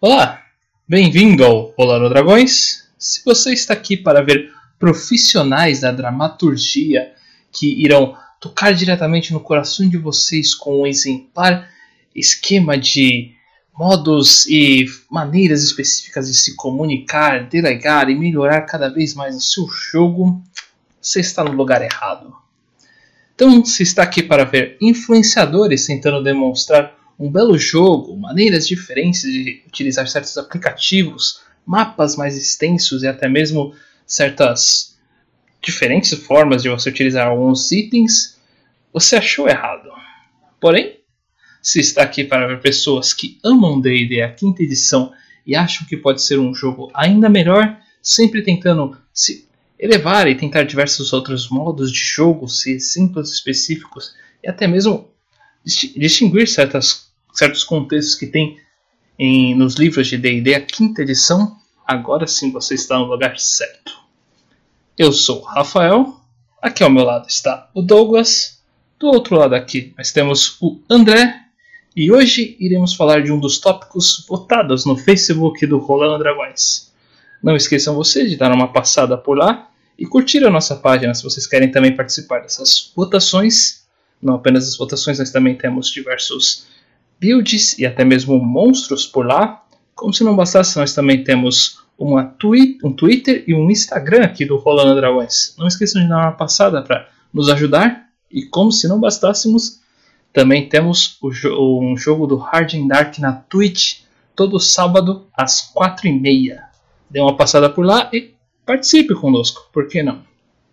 Olá, bem-vindo ao Olá no Dragões. Se você está aqui para ver profissionais da dramaturgia que irão tocar diretamente no coração de vocês com um exemplar esquema de modos e maneiras específicas de se comunicar, delegar e melhorar cada vez mais o seu jogo, você está no lugar errado. Então, se está aqui para ver influenciadores tentando demonstrar um belo jogo, maneiras diferentes de utilizar certos aplicativos, mapas mais extensos e até mesmo certas diferentes formas de você utilizar alguns itens, você achou errado. Porém, se está aqui para ver pessoas que amam D&D, a quinta edição, e acham que pode ser um jogo ainda melhor, sempre tentando se elevar e tentar diversos outros modos de jogo, ser simples, específicos e até mesmo distinguir certos contextos que tem nos livros de D&D, a quinta edição, agora sim você está no lugar certo. Eu sou o Rafael, aqui ao meu lado está o Douglas, do outro lado aqui nós temos o André, e hoje iremos falar de um dos tópicos votados no Facebook do Rolando Dragões. Não esqueçam vocês de dar uma passada por lá e curtir a nossa página se vocês querem também participar dessas votações. Não apenas as votações, nós também temos diversos builds e até mesmo monstros por lá. Como se não bastasse, nós também temos um Twitter e um Instagram aqui do Rolando Dragões. Não esqueçam de dar uma passada para nos ajudar. E como se não bastássemos, também temos um jogo do Hard and Dark na Twitch, todo sábado às 4h30. Dê uma passada por lá e participe conosco, por que não?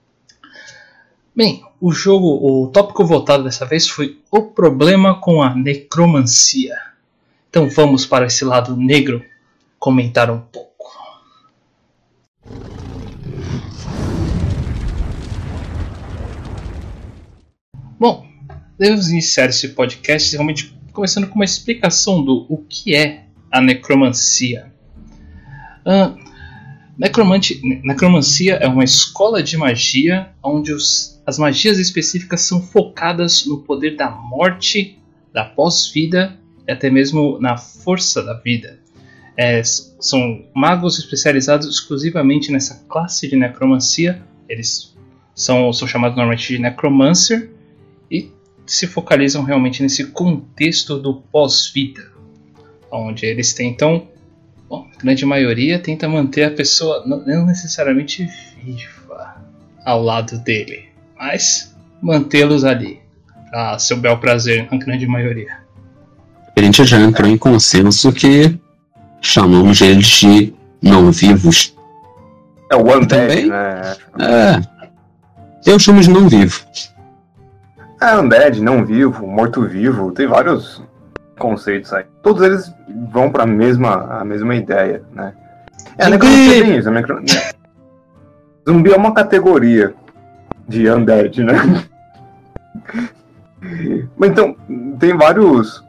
Bem, o tópico votado dessa vez foi o problema com a necromancia. Então vamos para esse lado negro comentar um pouco. Bom, devemos iniciar esse podcast realmente começando com uma explicação do o que é a necromancia. Necromancia é uma escola de magia onde as magias específicas são focadas no poder da morte, da pós-vida e até mesmo na força da vida. São magos especializados exclusivamente nessa classe de necromancia. Eles são chamados normalmente de necromancer e se focalizam realmente nesse contexto do pós-vida, onde eles tentam, a grande maioria tenta manter a pessoa não necessariamente viva ao lado dele, mas mantê-los ali, a seu bel prazer, na grande maioria. A gente já entrou em consenso que chamamos eles de não-vivos. É o Undead, também, né? Eu chamo de não-vivo. Undead, não-vivo, morto-vivo, tem vários conceitos aí. Todos eles vão para a mesma ideia, né? A necromancia tem isso. Zumbi é uma categoria de Undead, né? Mas então, tem vários...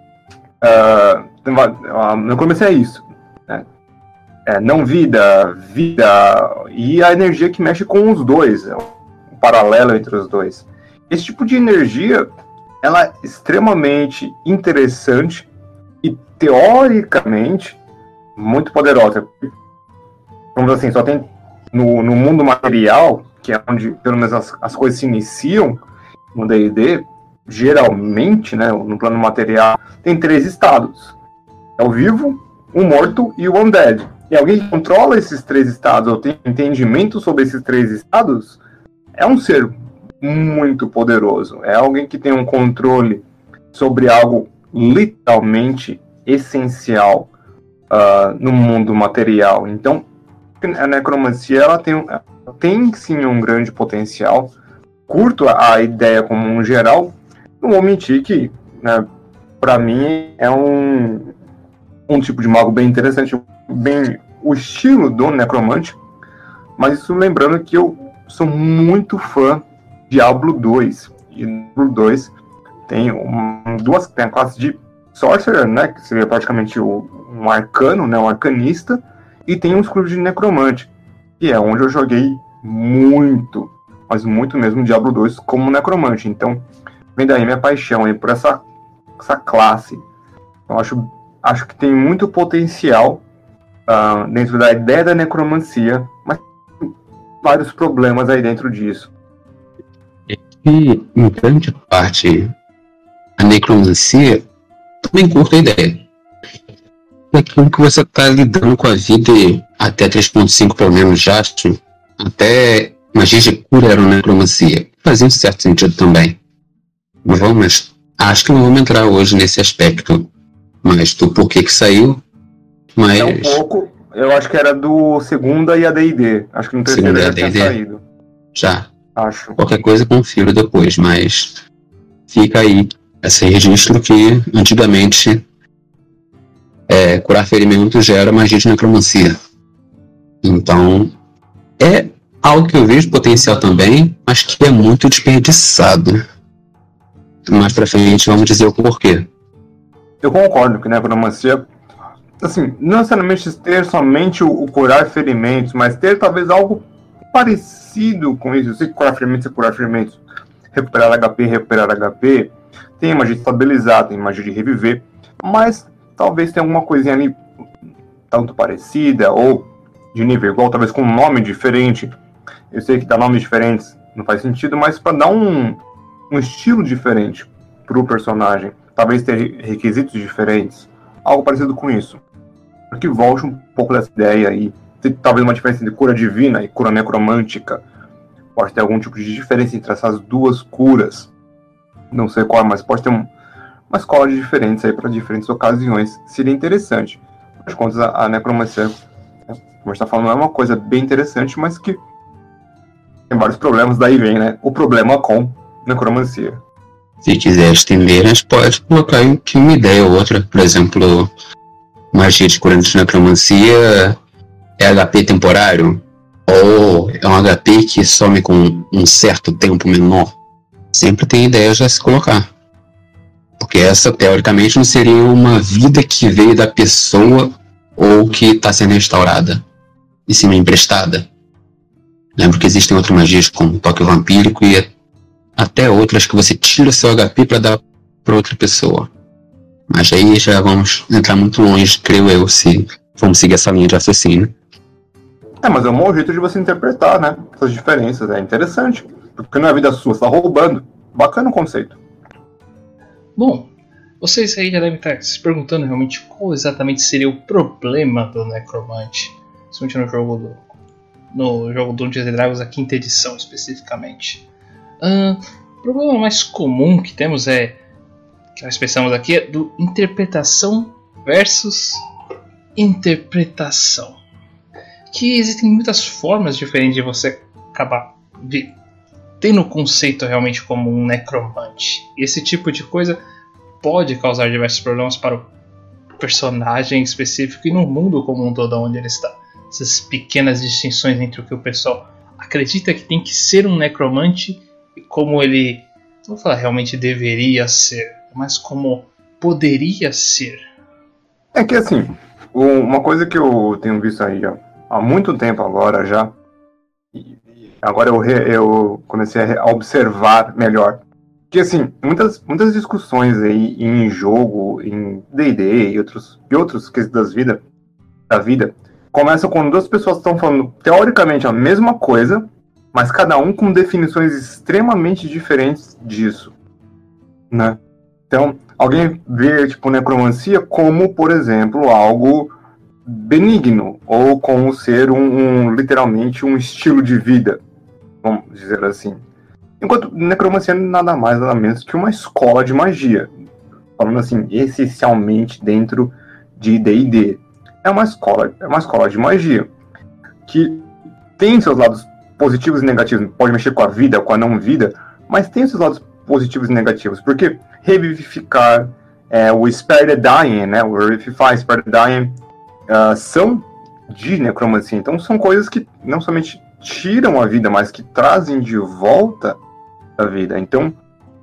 a necromancia é isso, né? Não vida, e a energia que mexe com os dois, o paralelo entre os dois. Esse tipo de energia, ela é extremamente interessante e teoricamente muito poderosa. Vamos dizer assim, só tem no mundo material, que é onde pelo menos as coisas se iniciam no D&D, geralmente, né, no plano material, tem 3 estados. É o vivo, o morto e o undead. E alguém que controla esses 3 estados, ou tem entendimento sobre esses 3 estados, é um ser muito poderoso. É alguém que tem um controle sobre algo literalmente essencial no mundo material. Então, a necromancia ela tem sim um grande potencial. Curto a ideia como um geral. Não vou mentir que, né, para mim, é um tipo de mago bem interessante, bem o estilo do necromante. Mas isso lembrando que eu sou muito fã de Diablo 2. E no Diablo 2 tem a classe de Sorcerer, né, que seria praticamente um arcano, né, um arcanista, e tem um clube de necromante, que é onde eu joguei muito, mas muito mesmo Diablo 2 como necromante. Então, vem daí minha paixão aí por essa classe. Eu acho que tem muito potencial dentro da ideia da necromancia, mas tem vários problemas aí dentro disso. E, em grande parte, a necromancia também curta a ideia. Daquilo que você está lidando com a vida até 3.5 pelo menos já, até magia de cura era uma necromancia. Fazia um certo sentido também. Mas acho que não vamos entrar hoje nesse aspecto. Mas do porquê que saiu. Mas... É um pouco, eu acho que era do segunda e AD&D. Acho que no terceiro já tinha saído. Já. Acho. Qualquer coisa confiro depois, mas fica aí esse registro que antigamente curar ferimentos já era magia de necromancia. Então é algo que eu vejo potencial também, mas que é muito desperdiçado. Mais pra frente vamos dizer o porquê. Eu concordo que necromancia, assim, não necessariamente ter somente o curar ferimentos, mas ter talvez algo parecido com isso. Eu sei que curar ferimentos é curar ferimentos. Recuperar HP. Tem magia de estabilizar, tem magia de reviver. Mas talvez tenha alguma coisinha ali tanto parecida ou de nível igual, talvez com um nome diferente. Eu sei que dar nomes diferentes não faz sentido, mas para dar um estilo diferente pro personagem. Talvez ter requisitos diferentes. Algo parecido com isso. Para que volte um pouco dessa ideia aí. Talvez uma diferença entre cura divina e cura necromântica. Pode ter algum tipo de diferença entre essas duas curas. Não sei qual, mas pode ter uma escola de diferentes aí para diferentes ocasiões. Seria interessante. Afinal de contas, a necromancia, como a gente está falando, é uma coisa bem interessante, mas que tem vários problemas. Daí vem, né? O problema com necromancia. Se quiser estender, a gente pode colocar aqui uma ideia ou outra. Por exemplo, magia de cura de necromancia é HP temporário? Ou é um HP que some com um certo tempo menor? Sempre tem ideia já se colocar. Porque essa, teoricamente, não seria uma vida que veio da pessoa ou que está sendo restaurada, e sim emprestada. Lembro que existem outras magias como toque vampírico e até outras que você tira seu HP para dar para outra pessoa. Mas aí já vamos entrar muito longe, creio eu, se vamos seguir essa linha de raciocínio. Mas é um bom jeito de você interpretar, né? Essas diferenças. É interessante. Porque não é vida sua, você tá roubando. Bacana o conceito. Bom, vocês aí já devem estar se perguntando realmente qual exatamente seria o problema do Necromante. Principalmente no jogo Dungeons & Dragons, a quinta edição especificamente. O problema mais comum que temos que nós pensamos aqui, é do interpretação versus interpretação. Que existem muitas formas diferentes de você acabar tendo o conceito realmente como um necromante. E esse tipo de coisa pode causar diversos problemas para o personagem específico e no mundo como um todo onde ele está. Essas pequenas distinções entre o que o pessoal acredita que tem que ser um necromante e como ele, não vou falar realmente deveria ser, mas como poderia ser. É que assim, uma coisa que eu tenho visto aí há muito tempo agora já, e agora eu comecei a observar melhor, que assim, muitas discussões aí em jogo, em D&D e outros quesitos da vida, começam quando duas pessoas estão falando teoricamente a mesma coisa, mas cada um com definições extremamente diferentes disso, né? Então, alguém vê, tipo, necromancia como, por exemplo, algo benigno, ou como ser literalmente um estilo de vida, vamos dizer assim. Enquanto necromancia nada mais, nada menos que uma escola de magia. Falando assim, essencialmente dentro de D&D. É uma escola de magia, que tem seus lados positivos e negativos, pode mexer com a vida, com a não-vida, mas tem seus lados positivos e negativos, porque revivificar, o Spare the Dying, né, o Revivify, Spare the Dying, são de necromancia. Então são coisas que não somente tiram a vida, mas que trazem de volta a vida. Então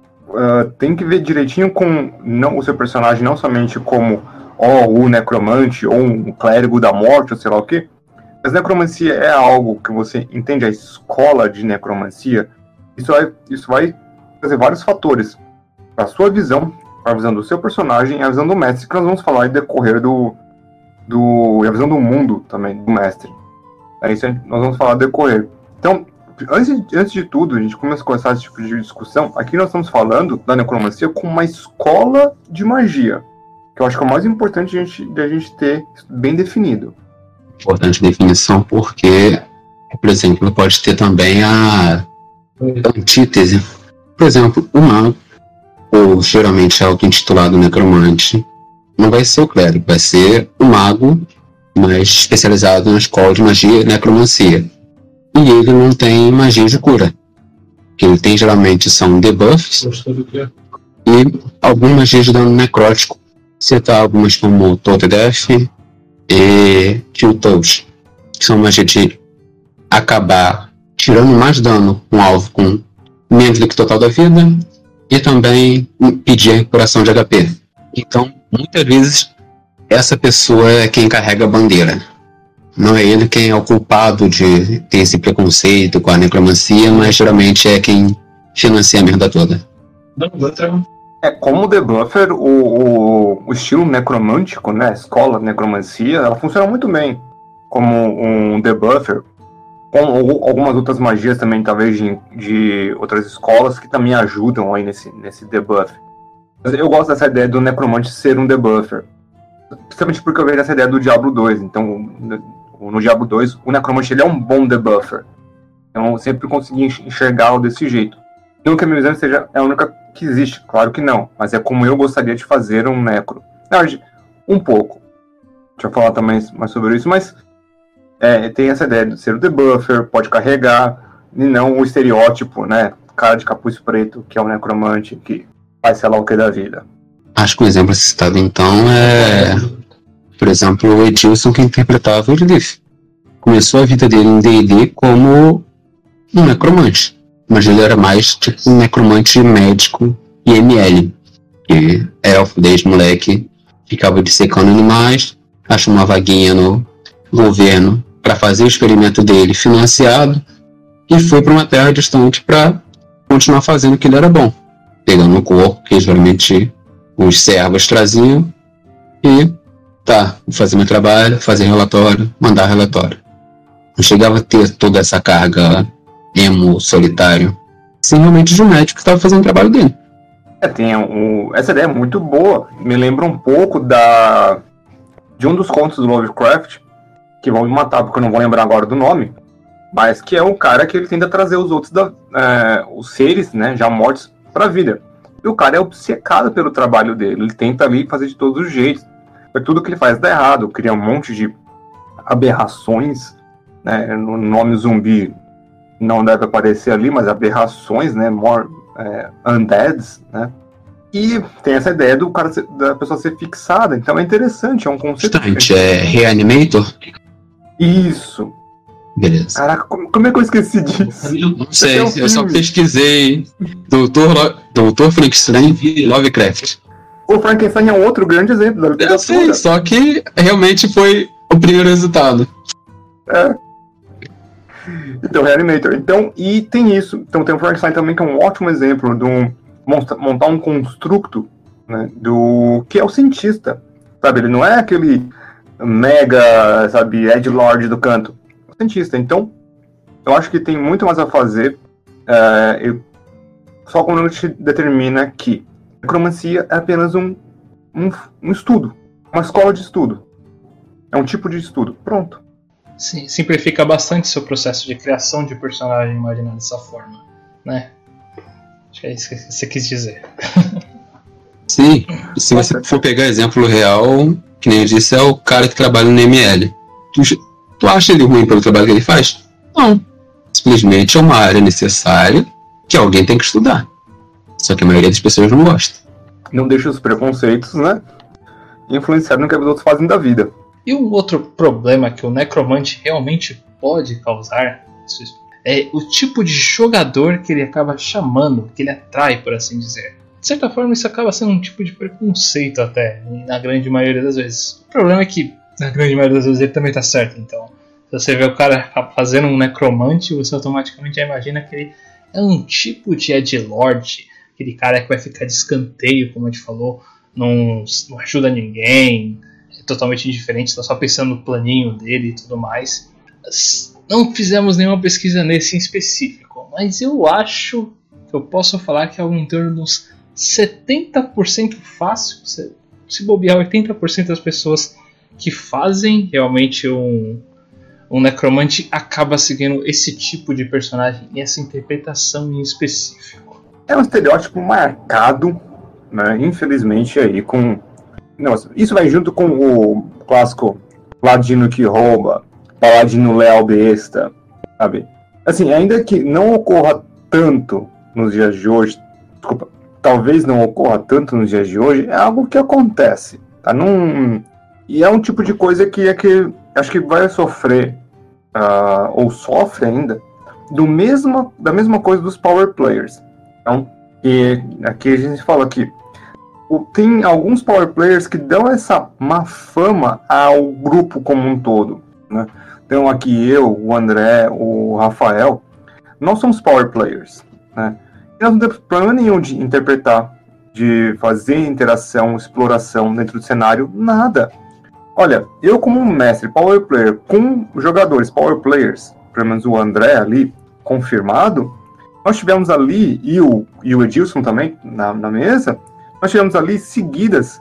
tem que ver direitinho com o seu personagem, não somente como o necromante, ou um clérigo da morte, ou sei lá o quê. Mas necromancia é algo que você entende a escola de necromancia. Isso vai trazer vários fatores para a sua visão, para a visão do seu personagem e a visão do mestre, que nós vamos falar em decorrer do e a visão do mundo também, do mestre. É isso que nós vamos falar decorrer. Então, antes de tudo, a gente começa a começar esse tipo de discussão. Aqui nós estamos falando da necromancia como uma escola de magia, que eu acho que é o mais importante da gente ter bem definido. Importante definição porque, por exemplo, pode ter também a antítese. Por exemplo, o mago, ou geralmente auto-intitulado necromante, não vai ser o clérigo, vai ser o mago mais especializado na escola de magia e necromancia. E ele não tem magia de cura. O que ele tem geralmente são debuffs e algumas magias de dano necrótico. Citar algumas como Total Death e Kill Touch, que são magias de acabar tirando mais dano com um alvo com menos do que o total da vida e também pedir a recuperação de HP. Então, muitas vezes, essa pessoa é quem carrega a bandeira. Não é ele quem é o culpado de ter esse preconceito com a necromancia, mas geralmente é quem financia a merda toda. Como debuffer, o estilo necromântico, né, a escola de necromancia, ela funciona muito bem como um debuffer, com algumas outras magias também, talvez de outras escolas que também ajudam aí nesse debuff. Eu gosto dessa ideia do necromante ser um debuffer, principalmente porque eu vejo essa ideia do Diablo 2, então no Diablo 2 o necromante ele é um bom debuffer, então eu sempre consegui enxergá-lo desse jeito. Não que a minha visão seja a única que existe, claro que não, mas é como eu gostaria de fazer um necro. Na verdade, um pouco. Deixa eu falar também mais sobre isso, mas tem essa ideia de ser o debuffer, pode carregar, e não o estereótipo, né? Cara de capuz preto, que é um necromante, que faz sei lá o que da vida. Acho que um exemplo citado então é, por exemplo, o Edilson que interpretava o Lilith. Começou a vida dele em D&D como um necromante. Mas ele era mais tipo um necromante médico IML. Que elfo, desde moleque, ficava dissecando animais, achou uma vaguinha no governo para fazer o experimento dele financiado e foi para uma terra distante para continuar fazendo o que ele era bom. Pegando o corpo, que geralmente os servos traziam, e vou fazer meu trabalho, fazer relatório, mandar relatório. Não chegava a ter toda essa carga emo solitário, sim, realmente de um médico que estava fazendo o trabalho dele. Essa ideia é muito boa, me lembra um pouco de um dos contos do Lovecraft, que vão me matar porque eu não vou lembrar agora do nome, mas que é um cara que ele tenta trazer os outros, os seres, né, já mortos, para a vida. E o cara é obcecado pelo trabalho dele, ele tenta ali fazer de todos os jeitos, tudo que ele faz dá errado, cria um monte de aberrações, né, no nome zumbi não deve aparecer ali, mas aberrações, né, undeads, né, e tem essa ideia da pessoa ser fixada, então é interessante, é um conceito. É Reanimator? Isso. Beleza. Caraca, como é que eu esqueci disso? Não sei, eu só pesquisei Dr. Frankenstein e Lovecraft. O Frankenstein é um outro grande exemplo da literatura. Eu sei, só que realmente foi o primeiro resultado. Então, Reanimator. Então, e tem isso. Então tem o Frankenstein também, que é um ótimo exemplo de montar um construto, né, do que é o cientista. Sabe, ele não é aquele mega, sabe, edgelord do canto. É o cientista. Então, eu acho que tem muito mais a fazer. Só quando a gente determina que a necromancia é apenas um estudo. Uma escola de estudo. É um tipo de estudo. Pronto. Sim, simplifica bastante seu processo de criação de personagem imaginado dessa forma, né? Acho que é isso que você quis dizer. Sim, se você for pegar exemplo real, que nem eu disse, é o cara que trabalha no ML. Tu acha ele ruim pelo trabalho que ele faz? Não. Simplesmente é uma área necessária que alguém tem que estudar. Só que a maioria das pessoas não gosta. Não deixa os preconceitos, né, influenciar no que os outros fazem da vida. E um outro problema que o necromante realmente pode causar é o tipo de jogador que ele acaba chamando, que ele atrai, por assim dizer. De certa forma, isso acaba sendo um tipo de preconceito até, na grande maioria das vezes. O problema é que, na grande maioria das vezes, ele também tá certo. Então, se você vê o cara fazendo um necromante, você automaticamente já imagina que ele é um tipo de edgelord, aquele cara que vai ficar de escanteio, como a gente falou, não ajuda ninguém, totalmente indiferente, está só pensando no planinho dele e tudo mais. Não fizemos nenhuma pesquisa nesse em específico, mas eu acho que eu posso falar que é algo em torno de uns 70% fácil, se bobear 80% das pessoas que fazem realmente um necromante acaba seguindo esse tipo de personagem e essa interpretação em específico. É um estereótipo marcado, né, infelizmente aí com... Nossa, isso vai junto com o clássico ladino que rouba, paladino leal besta, sabe? Assim, ainda que não ocorra tanto nos dias de hoje, desculpa, talvez não ocorra tanto nos dias de hoje, é algo que acontece, tá? E é um tipo de coisa que acho que vai sofrer, ou sofre ainda, da mesma coisa dos power players. Então, e aqui a gente fala que tem alguns power players que dão essa má fama ao grupo como um todo, né? Então aqui eu, o André, o Rafael, nós somos power players, né? E nós não temos problema nenhum de interpretar, de fazer interação, exploração dentro do cenário, nada. Olha, eu como um mestre power player com jogadores power players, pelo menos o André ali, confirmado, nós tivemos ali, e o Edilson também na mesa, nós tivemos ali seguidas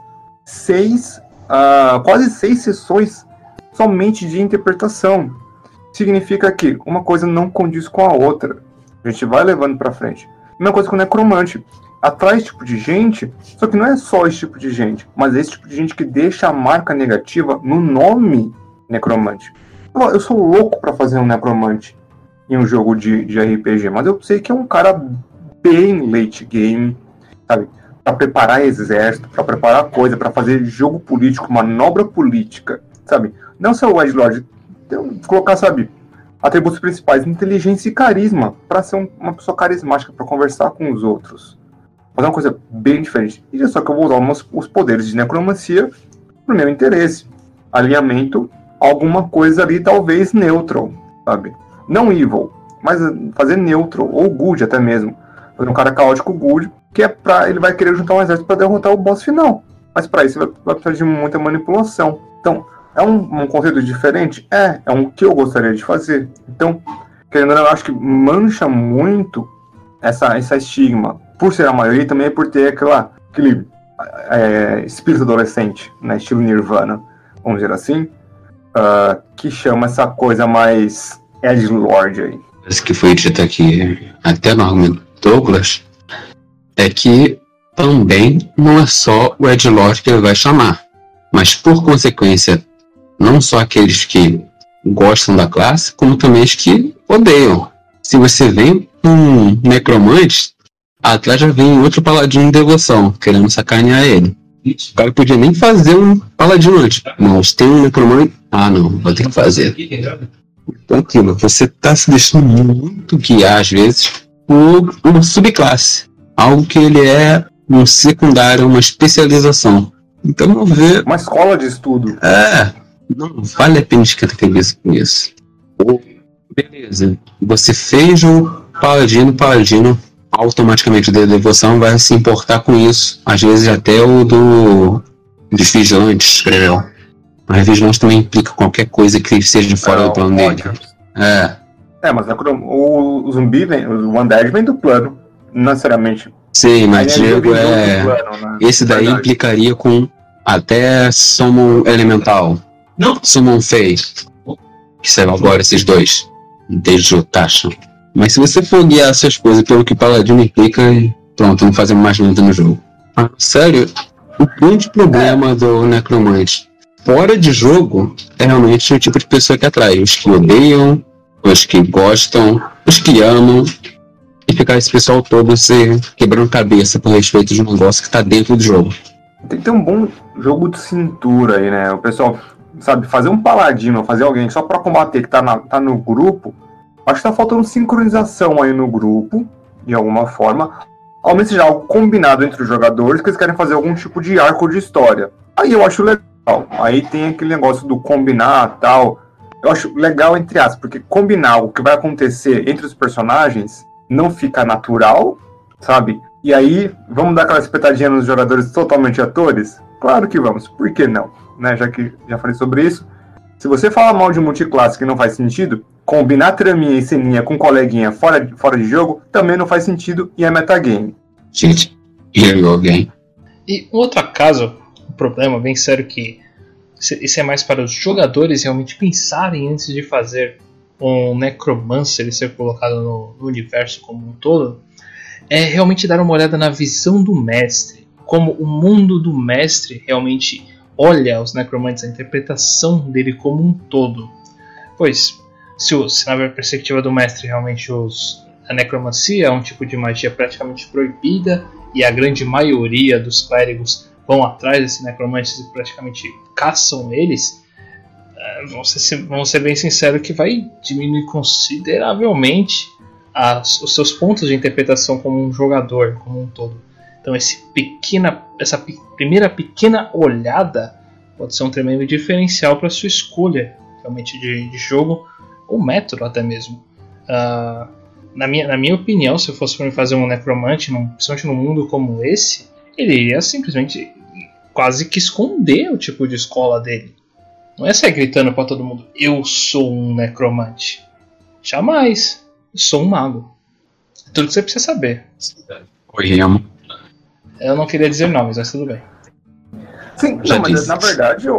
quase 6 sessões somente de interpretação. Significa que uma coisa não condiz com a outra. A gente vai levando pra frente. Mesma coisa com o necromante. Atrai esse tipo de gente, só que não é só esse tipo de gente, mas é esse tipo de gente que deixa a marca negativa no nome necromante. Eu sou louco pra fazer um necromante em um jogo de RPG, mas eu sei que é um cara bem late game, sabe? Pra preparar exército, pra preparar coisa, pra fazer jogo político, manobra política, sabe? Não só o Edgelord, colocar, sabe, atributos principais, inteligência e carisma, pra ser uma pessoa carismática, pra conversar com os outros. Fazer uma coisa bem diferente. E só que eu vou usar os poderes de necromancia pro meu interesse. Alinhamento, alguma coisa ali, talvez neutral, sabe? Não evil, mas fazer neutral, ou good até mesmo. Fazer um cara caótico good, que é ele vai querer juntar um exército para derrotar o boss final. Mas para isso vai precisar de muita manipulação. Então, é um conceito diferente? É um que eu gostaria de fazer. Então, querendo ou não, eu acho que mancha muito essa estigma. Por ser a maioria, também é por ter aquele espírito adolescente, né, estilo Nirvana, vamos dizer assim, que chama essa coisa mais edgelord aí. Isso que foi dito aqui, até no argumento Douglas, é que também não é só o edgelord que ele vai chamar, mas por consequência, não só aqueles que gostam da classe, como também os que odeiam. Se você vem um necromante, atrás já vem outro paladino de devoção, querendo sacanear ele. O cara podia nem fazer um paladino antes, mas tem um necromante, não, vou ter que fazer. Então aquilo, você está se deixando muito guiar às vezes por uma subclasse, algo que ele é um secundário, uma especialização. Então vamos ver. Uma escola de estudo. Não vale a pena esquentar a cabeça com isso. Beleza, você fez o paladino automaticamente da devoção vai se importar com isso. Às vezes até o dos vigilantes escreveu. Mas vigilante também implica qualquer coisa que seja fora do plano dele. Mas o zumbi o undead vem do plano, não necessariamente. Sim, mas Diego plano, né? Esse daí verdade. Implicaria com até Summon Elemental. Não. Summon Fey. Que saiu agora esses dois. Desde o Tacho. Mas se você for guiar essas coisas pelo que Paladino implica, pronto, não fazemos mais nada no jogo. Sério, o grande problema do Necromante fora de jogo é realmente o tipo de pessoa que atrai. Os que odeiam, os que gostam, os que amam. E ficar esse pessoal todo se quebrando cabeça por respeito de um negócio que tá dentro do jogo. Tem que ter um bom jogo de cintura aí, né? O pessoal, sabe, fazer um paladino, fazer alguém só pra combater que tá no grupo, acho que tá faltando sincronização aí no grupo, de alguma forma. Ao menos seja algo combinado entre os jogadores, que eles querem fazer algum tipo de arco de história. Aí eu acho legal. Aí tem aquele negócio do combinar e tal. Eu acho legal, entre aspas, porque combinar o que vai acontecer entre os personagens não fica natural, sabe? E aí, vamos dar aquela espetadinha nos jogadores totalmente atores? Claro que vamos, por que não? né, já que já falei sobre isso, se você fala mal de multiclasse que não faz sentido, combinar traminha e ceninha com coleguinha fora de jogo também não faz sentido e é metagame. Gente, here you again. E um outro caso, um problema bem sério que isso é mais para os jogadores realmente pensarem antes de fazer um necromancer ser colocado no universo como um todo, é realmente dar uma olhada na visão do mestre, como o mundo do mestre realmente olha os necromantes, a interpretação dele como um todo. Pois, se na perspectiva do mestre realmente a necromancia é um tipo de magia praticamente proibida e a grande maioria dos clérigos vão atrás desses necromantes e praticamente caçam eles, vamos ser bem sinceros que vai diminuir consideravelmente os seus pontos de interpretação como um jogador, como um todo. Então essa primeira pequena olhada pode ser um tremendo diferencial para a sua escolha realmente de jogo ou método até mesmo. Na minha opinião, se eu fosse para mim fazer um necromante, principalmente num mundo como esse, ele iria simplesmente quase que esconder o tipo de escola dele. Não é sair gritando para todo mundo, eu sou um necromante. Jamais. Eu sou um mago. É tudo que você precisa saber. Oi, Remo. Eu não queria dizer nomes, mas tudo bem. Sim, não, mas na verdade,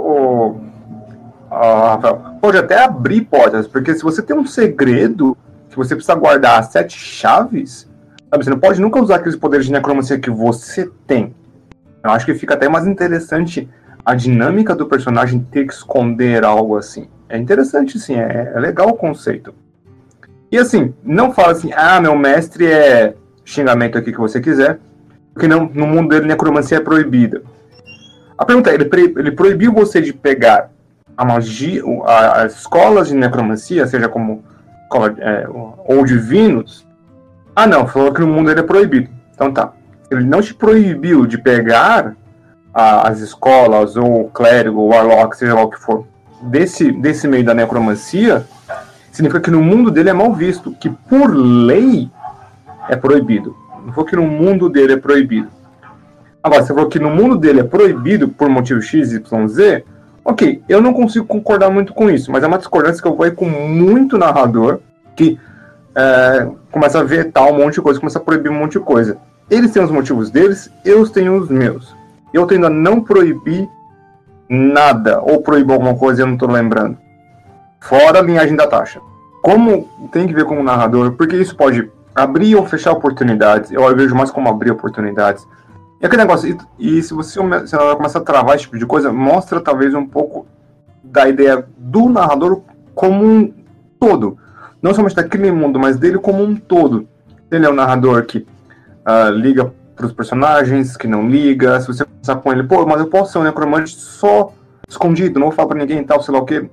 Rafael, pode até abrir portas, porque se você tem um segredo que você precisa guardar as 7 chaves, sabe, você não pode nunca usar aqueles poderes de necromancia que você tem. Eu acho que fica até mais interessante a dinâmica do personagem ter que esconder algo assim. É interessante, sim, é legal o conceito. E assim, não fala assim, meu mestre é xingamento aqui que você quiser, porque no mundo dele necromancia é proibida. A pergunta é, ele proibiu você de pegar a magia, as escolas de necromancia, seja como escola, ou divinos? Não, falou que no mundo ele é proibido. Então tá. Ele não te proibiu de pegar as escolas, ou o clérigo, ou o warlock, seja lá o que for, desse meio da necromancia, significa que no mundo dele é mal visto, que por lei é proibido. Não foi que no mundo dele é proibido. Agora, você falou que no mundo dele é proibido por motivo X, Y, Z, ok, eu não consigo concordar muito com isso, mas é uma discordância que eu vou ir com muito narrador, que começa a vetar um monte de coisa, começa a proibir um monte de coisa. Eles têm os motivos deles, eu tenho os meus. Eu tendo a não proibir nada, ou proibir alguma coisa, eu não estou lembrando. Fora a linhagem da taxa. Como tem que ver como narrador, porque isso pode abrir ou fechar oportunidades, eu vejo mais como abrir oportunidades. E aquele negócio, e se você começa a travar esse tipo de coisa, mostra talvez um pouco da ideia do narrador como um todo. Não somente daquele mundo, mas dele como um todo. Ele é um narrador que liga para os personagens, que não liga. Se você pensar com ele, mas eu posso ser um necromante só escondido, não vou falar para ninguém e tal, sei lá o quê.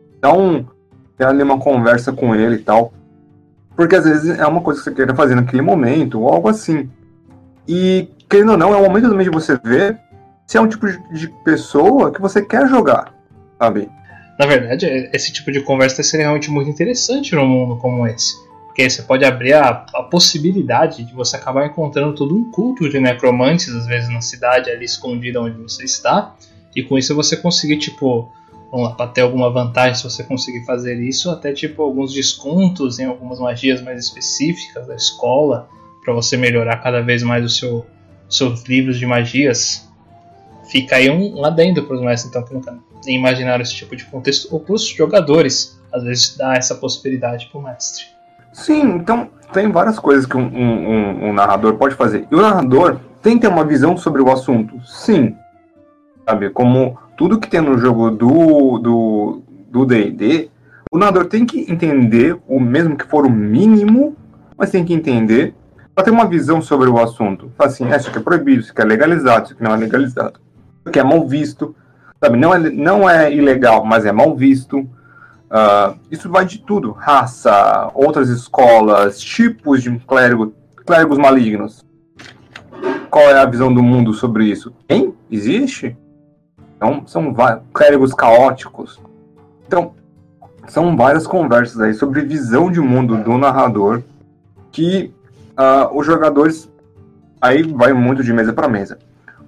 Tem ali uma conversa com ele e tal. Porque às vezes é uma coisa que você queira fazer naquele momento, ou algo assim. E, querendo ou não, é o momento também de você ver se é um tipo de pessoa que você quer jogar, sabe? Na verdade, esse tipo de conversa seria realmente muito interessante num mundo como esse. Porque aí você pode abrir a possibilidade de você acabar encontrando todo um culto de necromantes, às vezes na cidade ali escondida onde você está. E com isso você conseguir, vamos lá, para ter alguma vantagem se você conseguir fazer isso, até alguns descontos em algumas magias mais específicas da escola, para você melhorar cada vez mais seus livros de magias. Fica aí um adendo para os mestres, então, que nunca nem imaginaram esse tipo de contexto, ou para os jogadores, às vezes dá essa possibilidade para o mestre. Sim, então tem várias coisas que um narrador pode fazer. E o narrador tem que ter uma visão sobre o assunto, sim. Sabe, como tudo que tem no jogo do D&D, o narrador tem que entender, o mesmo que for o mínimo, mas tem que entender para ter uma visão sobre o assunto. Fala assim, isso aqui é proibido, isso aqui é legalizado, isso aqui não é legalizado. Isso aqui é mal visto, sabe? Não é ilegal, mas é mal visto. Isso vai de tudo. Raça, outras escolas, tipos de clérigos malignos. Qual é a visão do mundo sobre isso? Tem? Existe? Então, são clérigos caóticos. Então, são várias conversas aí sobre visão de mundo do narrador que os jogadores, aí vai muito de mesa para mesa.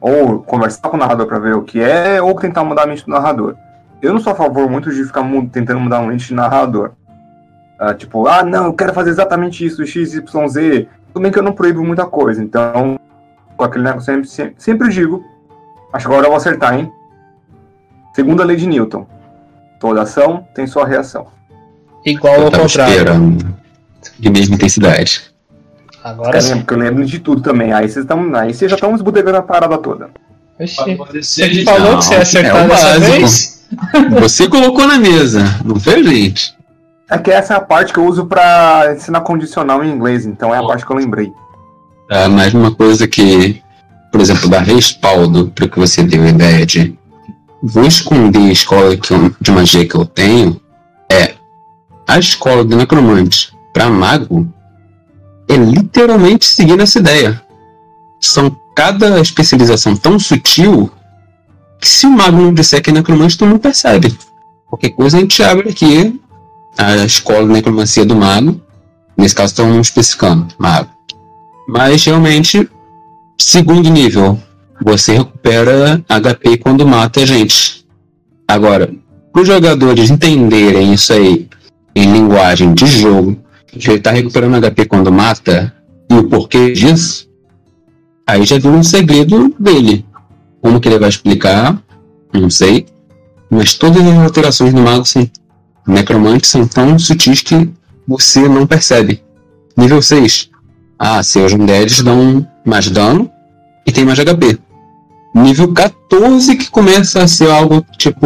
ou conversar com o narrador para ver o que é, ou tentar mudar a mente do narrador. Eu não sou a favor muito de ficar tentando mudar a mente do narrador. Tipo, não, eu quero fazer exatamente isso, x, y, z. Tudo bem que eu não proíbo muita coisa, então, com aquele negócio, sempre digo, acho que agora eu vou acertar, hein? Segunda lei de Newton. Toda ação tem sua reação. Igual ao contrário. De mesma intensidade. Agora sim. Porque eu lembro de tudo também. Aí vocês já estão esbudegando a parada toda. Oxi, você falou que você ia acertar dessa vez? Você colocou na mesa, não foi, gente? É que essa é a parte que eu uso pra ensinar condicional em inglês, então é a parte que eu lembrei. Mais uma coisa que, por exemplo, dá respaldo para que você deu a ideia de vou esconder a escola de magia que eu tenho, a escola do necromante para mago é literalmente seguindo essa ideia. São cada especialização tão sutil que se o mago não disser que é necromante, tu não percebe. Qualquer coisa a gente abre aqui a escola de necromancia do mago. Nesse caso estão especificando mago. Mas realmente, segundo nível, você recupera HP quando mata a gente. Agora, para os jogadores entenderem isso aí em linguagem de jogo, que ele está recuperando HP quando mata, e o porquê disso, aí já viu um segredo dele. Como que ele vai explicar, não sei. Mas todas as alterações do mago necromante são tão sutis que você não percebe. Nível 6. Seus undeads dão mais dano e tem mais HP. Nível 14 que começa a ser algo tipo...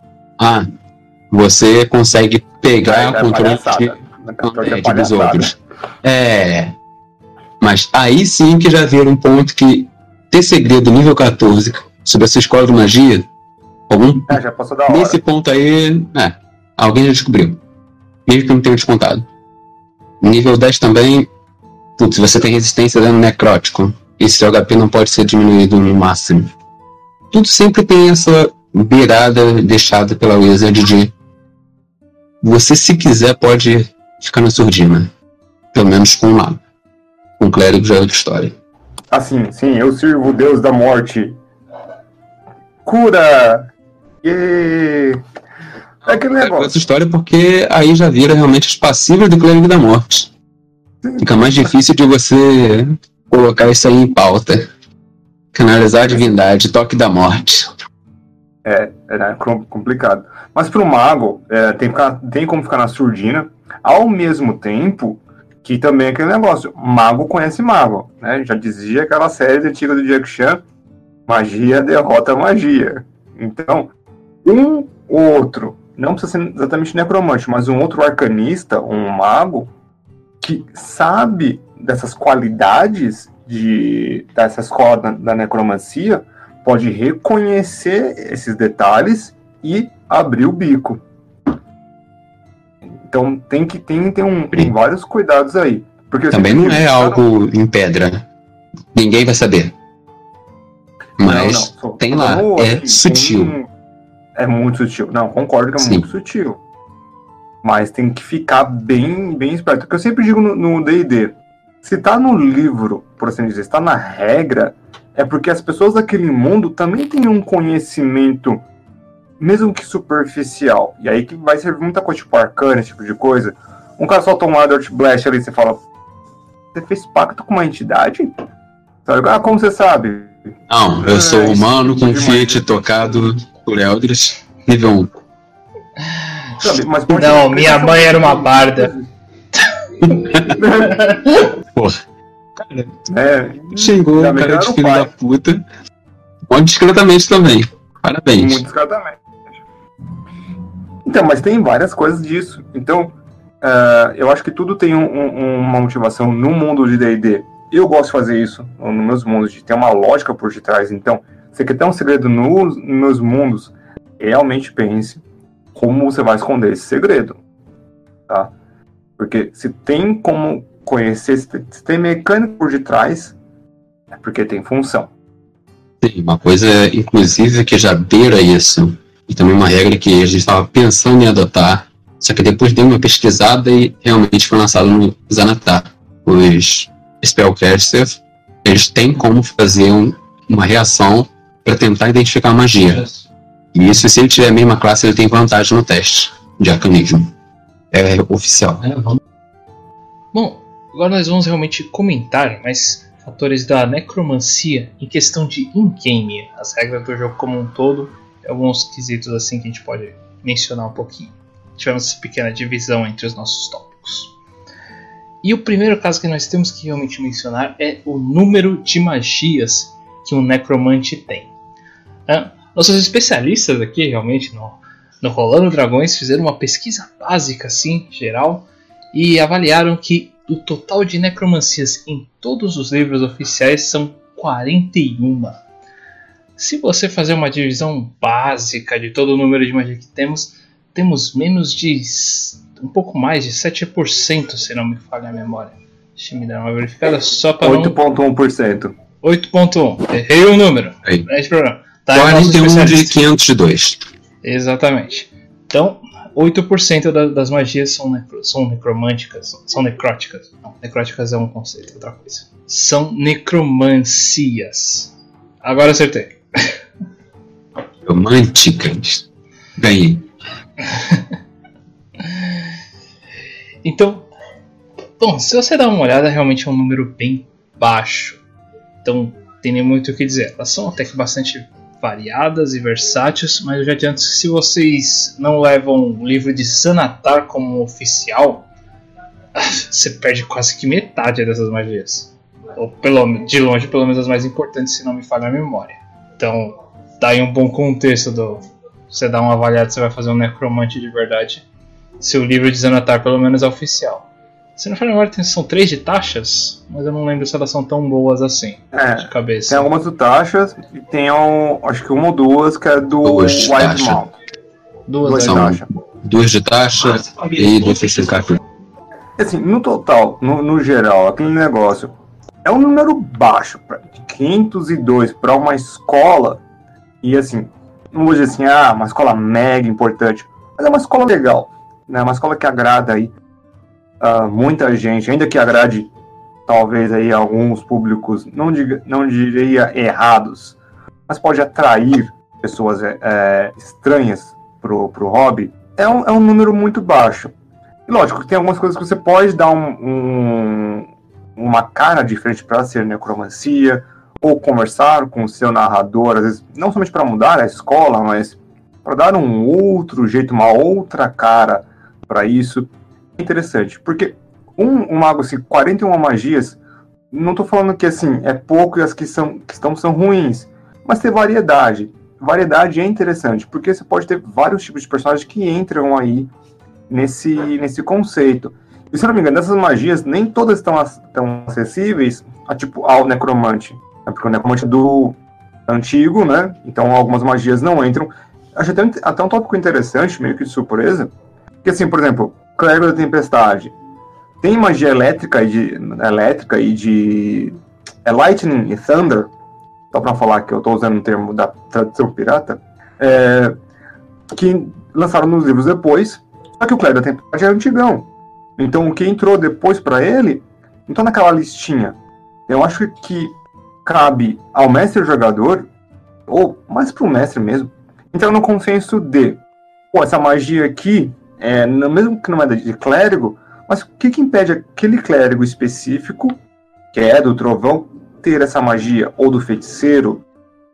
você consegue pegar o controle dos outros. Mas aí sim que já vira um ponto que ter segredo nível 14 sobre a sua escola de magia, já passou da hora. Nesse ponto aí, alguém já descobriu. Mesmo que não tenha descontado. Nível 10 também, você tem resistência a dano necrótico. E seu HP não pode ser diminuído no máximo. Tudo sempre tem essa beirada deixada pela Wizard de você, se quiser, pode ficar na surdina. Pelo menos com um mago. Com um clérigo já é outra história. Sim, eu sirvo o Deus da Morte. Cura! É aquele negócio. É outra história porque aí já vira realmente os passivos do clérigo da morte. Fica mais difícil de você colocar isso aí em pauta. Canalizar a divindade, toque da morte. É complicado. Mas pro mago, tem como ficar na surdina, ao mesmo tempo que também é aquele negócio, mago conhece mago, né? Já dizia aquela série antiga do Jack Chan, magia derrota magia. Então, um outro, não precisa ser exatamente necromante, mas um outro arcanista, um mago, que sabe dessas qualidades dessa escola da necromancia, pode reconhecer esses detalhes e abrir o bico. Então tem vários cuidados aí. Porque também não é algo em pedra. Ninguém vai saber. Mas tem lá, sutil. É muito sutil. Não, concordo que é muito sutil. Mas tem que ficar bem, bem esperto. Porque eu sempre digo no D&D, se tá no livro, por assim dizer, se tá na regra, é porque as pessoas daquele mundo também têm um conhecimento, mesmo que superficial. E aí que vai servir muita coisa, tipo arcana, esse tipo de coisa. Um cara solta um Eldritch Blast ali, você fala, você fez pacto com uma entidade? Como você sabe? Não, eu sou humano com Fiat tocado por Eldritch, nível 1. Mas não, minha mãe era uma barda. Porra. Cara, xingou o cara de filho da puta. Muito discretamente também. Parabéns. Muito discretamente. Então, mas tem várias coisas disso. Então, eu acho que tudo tem uma motivação no mundo de D&D. Eu gosto de fazer isso nos meus mundos, de ter uma lógica por detrás. Então, você quer ter um segredo nos meus mundos, realmente pense como você vai esconder esse segredo. Tá? Porque se tem como conhecer, se tem mecânica por detrás, é porque tem função. Sim, uma coisa, inclusive, que já beira isso, e também uma regra que a gente estava pensando em adotar, só que depois deu uma pesquisada e realmente foi lançado no Xanatar. Os Spellcasters, eles têm como fazer um uma reação para tentar identificar a magia. E isso, se ele tiver a mesma classe, ele tem vantagem no teste de arcanismo. É oficial. Bom, agora nós vamos realmente comentar mais fatores da necromancia em questão de in-game, as regras do jogo como um todo, e alguns quesitos assim que a gente pode mencionar um pouquinho. Tivemos essa pequena divisão entre os nossos tópicos. E o primeiro caso que nós temos que realmente mencionar é o número de magias que um necromante tem. Nossos especialistas aqui, realmente, no Rolando Dragões, fizeram uma pesquisa básica, assim, geral, e avaliaram que o total de necromancias em todos os livros oficiais são 41. Se você fazer uma divisão básica de todo o número de magia que temos menos de... um pouco mais de 7%, se não me falha a memória. Deixa eu me dar uma verificada só para 8,1%. 8,1%. Errei o número. Aí. É esse programa. Tá, 41 de 502. Exatamente. Então, 8% das magias são necromânticas. São necróticas. Não, necróticas é um conceito, é outra coisa. São necromancias. Agora acertei. Românticas. Ganhei. Então, bom, se você dá uma olhada, realmente é um número bem baixo. Então, tem nem muito o que dizer. Elas são até que bastante variadas e versáteis, mas eu já adianto que se vocês não levam o livro de Xanatar como oficial, você perde quase que metade dessas magias. Ou de longe, pelo menos as mais importantes, se não me falha a memória. Então, dá aí um bom contexto do... Você dá uma avaliada, você vai fazer um necromante de verdade. Se o livro de Xanatar pelo menos é oficial. Se não for memória, são 3 de taxas, mas eu não lembro se elas são tão boas assim, de cabeça. Tem algumas de taxas e tem, acho que uma ou duas que é do White Mount. Duas são de taxa. 2 de taxa e 2 de certificado. Assim, no total, no geral, aquele negócio é um número baixo, de 502 para uma escola. E assim, não vou dizer assim, uma escola mega importante, mas é uma escola legal, né? Uma escola que agrada aí muita gente, ainda que agrade talvez aí alguns públicos, não diria errados, mas pode atrair pessoas estranhas pro hobby, é um número muito baixo. E lógico que tem algumas coisas que você pode dar uma cara diferente para ser necromancia, ou conversar com o seu narrador, às vezes não somente para mudar a escola, mas para dar um outro jeito, uma outra cara para isso. É interessante, porque um mago assim, 41 magias, não estou falando que assim é pouco e as que estão são ruins, mas ter variedade. Variedade é interessante, porque você pode ter vários tipos de personagens que entram aí nesse conceito. E se eu não me engano, essas magias nem todas estão acessíveis ao necromante, né? Porque o necromante é do antigo, né? Então algumas magias não entram. Acho até um tópico interessante, meio que de surpresa, que assim, por exemplo, Clérigo da Tempestade tem magia elétrica e de Lightning e Thunder, só para falar que eu estou usando um termo da tradução pirata, que lançaram nos livros depois, só que o Clérigo da Tempestade é antigão. Então o que entrou depois para ele, não tá naquela listinha. Eu acho que cabe ao mestre jogador, ou mais pro mestre mesmo, entrar no consenso de, essa magia aqui, mesmo que não é de clérigo, mas o que impede aquele clérigo específico, que é do trovão, ter essa magia, ou do feiticeiro,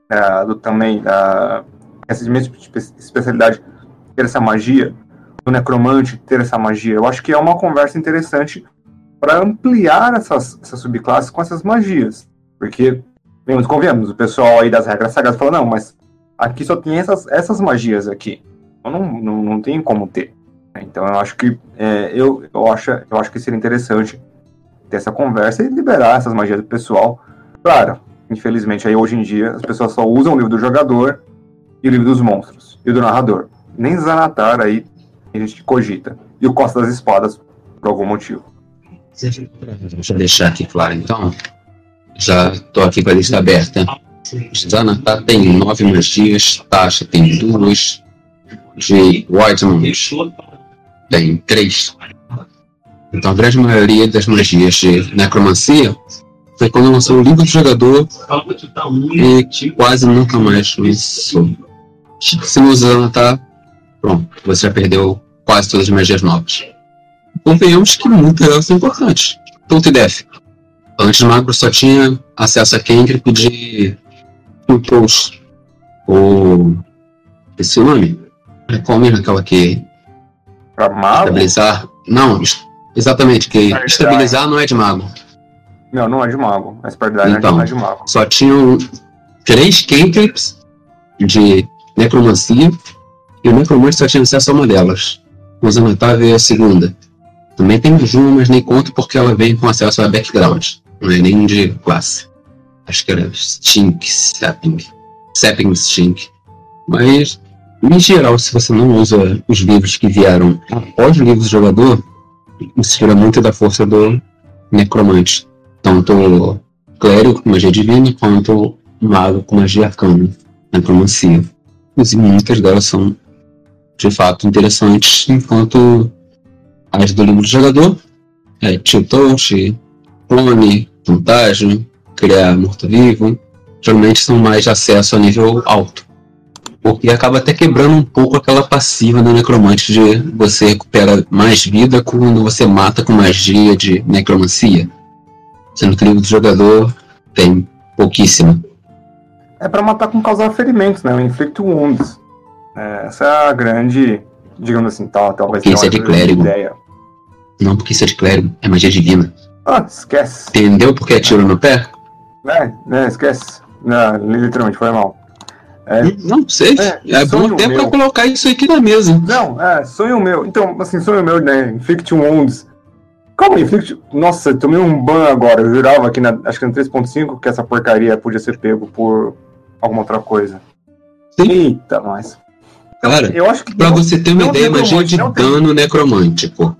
essa mesma especialidade, ter essa magia, do necromante ter essa magia. Eu acho que é uma conversa interessante para ampliar essas subclasses com essas magias, porque, convenhamos, o pessoal aí das regras sagradas fala, não, mas aqui só tem essas magias aqui, não tem como ter. Então eu acho que eu acho que seria interessante ter essa conversa e liberar essas magias do pessoal. Claro, infelizmente aí hoje em dia as pessoas só usam o livro do jogador e o livro dos monstros e o do narrador. Nem Xanatar aí a gente cogita. E o Costa das Espadas por algum motivo. Deixa eu deixar aqui claro então. Já estou aqui com a lista aberta. Xanatar tem 9 magias, Tasha tem 2, de Whitemount tem 3. Então a grande maioria das magias de necromancia Foi quando lançou o livro do jogador e quase nunca mais lançou. Se não usando, tá? Pronto, você já perdeu quase todas as magias novas. Convenhamos que muitas delas são importantes. Taunt e Death. Antes o mago só tinha acesso a cantrip de Impulse. Ou... esse é o nome? Qual mesmo aquela que... Pra mago? Estabilizar? Não, exatamente, que estabilizar não é de mago. Não é de mago. A espardidade então, não é de mago. Só tinham 3 cantrips de necromancia e o necromante só tinha acesso a uma delas. O Xanatar veio a segunda. Também tem mais uma, mas nem conto porque ela veio com acesso a background. Não é nem de classe. Acho que era Stink, Sapping Stink. Mas, em geral, se você não usa os livros que vieram após os livros do jogador, isso tira muito da força do necromante. Tanto clérigo com magia divina, quanto mago com magia arcana, necromancia. Inclusive, muitas delas são, de fato, interessantes, enquanto as do livro do jogador, Tilt-Touch, Clone, Contágio, Criar Morto-Vivo, geralmente são mais de acesso a nível alto. Porque acaba até quebrando um pouco aquela passiva do necromante de você recupera mais vida quando você mata com magia de necromancia. Sendo que o livro do jogador tem pouquíssima. É pra matar com causar ferimentos, né? O Inflict Wounds. Essa é a grande, digamos assim, talvez porque isso é de clérigo. Ideia. Não, porque isso é de clérigo, é magia divina. Esquece. Entendeu porque é tiro no pé? Esquece. Não, literalmente, foi mal. Não, sei. É bom até pra colocar isso aqui na mesa. Não, sonho meu. Então, assim, sonho meu, né? Inflict Wounds. Calma aí, Inflict... Nossa, eu tomei um ban agora. Eu jurava aqui, acho que no 3.5, que essa porcaria podia ser pego por alguma outra coisa. Sim. Eita, mas... Cara, eu acho que pra você ter uma ideia, magia de dano necromântico.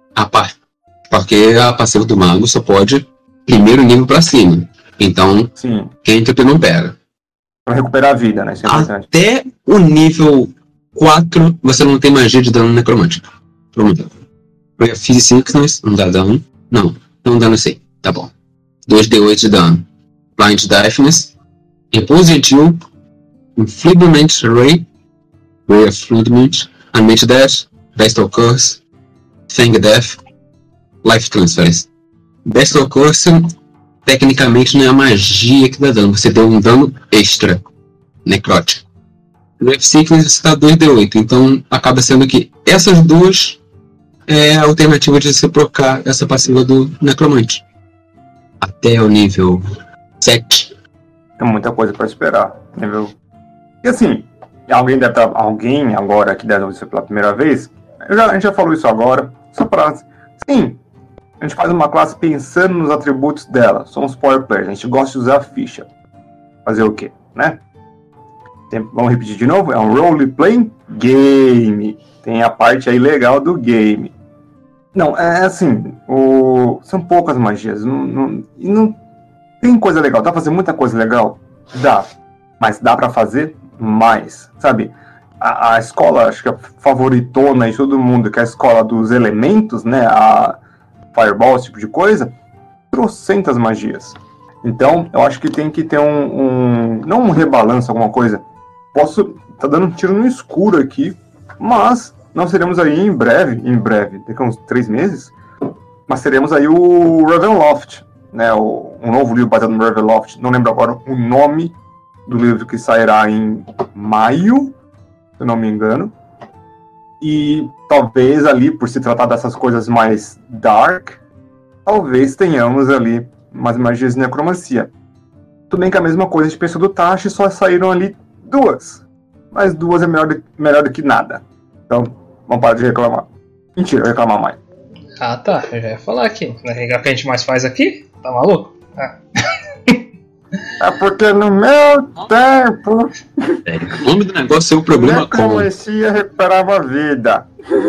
Porque a passiva do mago só pode primeiro nível pra cima. Então, quem tu não pega. Pra recuperar a vida, né? Isso é importante. Até o nível 4, você não tem magia de dano necromântico. Pronto. Physics não dá dano. Não dano sim. Tá bom. 2d8 de dano. Blind Deafness. Impulse Chill. Infliction Ray. Ray of Infliction. Unmate Dash. Vestal Curse. Fang Death. Life Transference. Vestal Curse tecnicamente não é a magia que dá dano. Você deu um dano extra. Necrótico. No F-Sickness você dá 2d8. Então acaba sendo que essas duas é a alternativa de você procar essa passiva do necromante. Até o nível 7. Tem muita coisa pra esperar. Nível... E assim, alguém agora que deve ouvir pela primeira vez, a gente já falou isso agora, só pra... Sim, a gente faz uma classe pensando nos atributos dela. Somos power players, a gente gosta de usar a ficha. Fazer o quê, né? Vamos repetir de novo, é um role-playing game. Tem a parte aí legal do game. Não, é assim, são poucas magias. Não tem coisa legal. Dá pra fazer muita coisa legal? Dá. Mas dá pra fazer mais, sabe? A escola, acho que a favoritona de todo mundo, que é a escola dos elementos, né? A Fireball, esse tipo de coisa, trocentas magias. Então, eu acho que tem que ter não um rebalanço, alguma coisa. Tá dando um tiro no escuro aqui, mas nós teremos aí em breve, daqui a uns 3 meses, mas teremos aí o Ravenloft, né? Um novo livro baseado no Ravenloft. Não lembro agora o nome do livro, que sairá em maio, se eu não me engano. E talvez ali, por se tratar dessas coisas mais dark, talvez tenhamos ali umas magias de necromancia. Tudo bem que a mesma coisa a gente pensou do Tash, só saíram ali 2. Mas 2 é melhor do que nada. Então, vamos parar de reclamar. Mentira, reclamar mais. Ah, tá. Eu já ia falar aqui. Não é o que a gente mais faz aqui? Tá maluco? É porque no meu tempo... O nome do negócio é o problema comum. Necromancia recuperava a vida.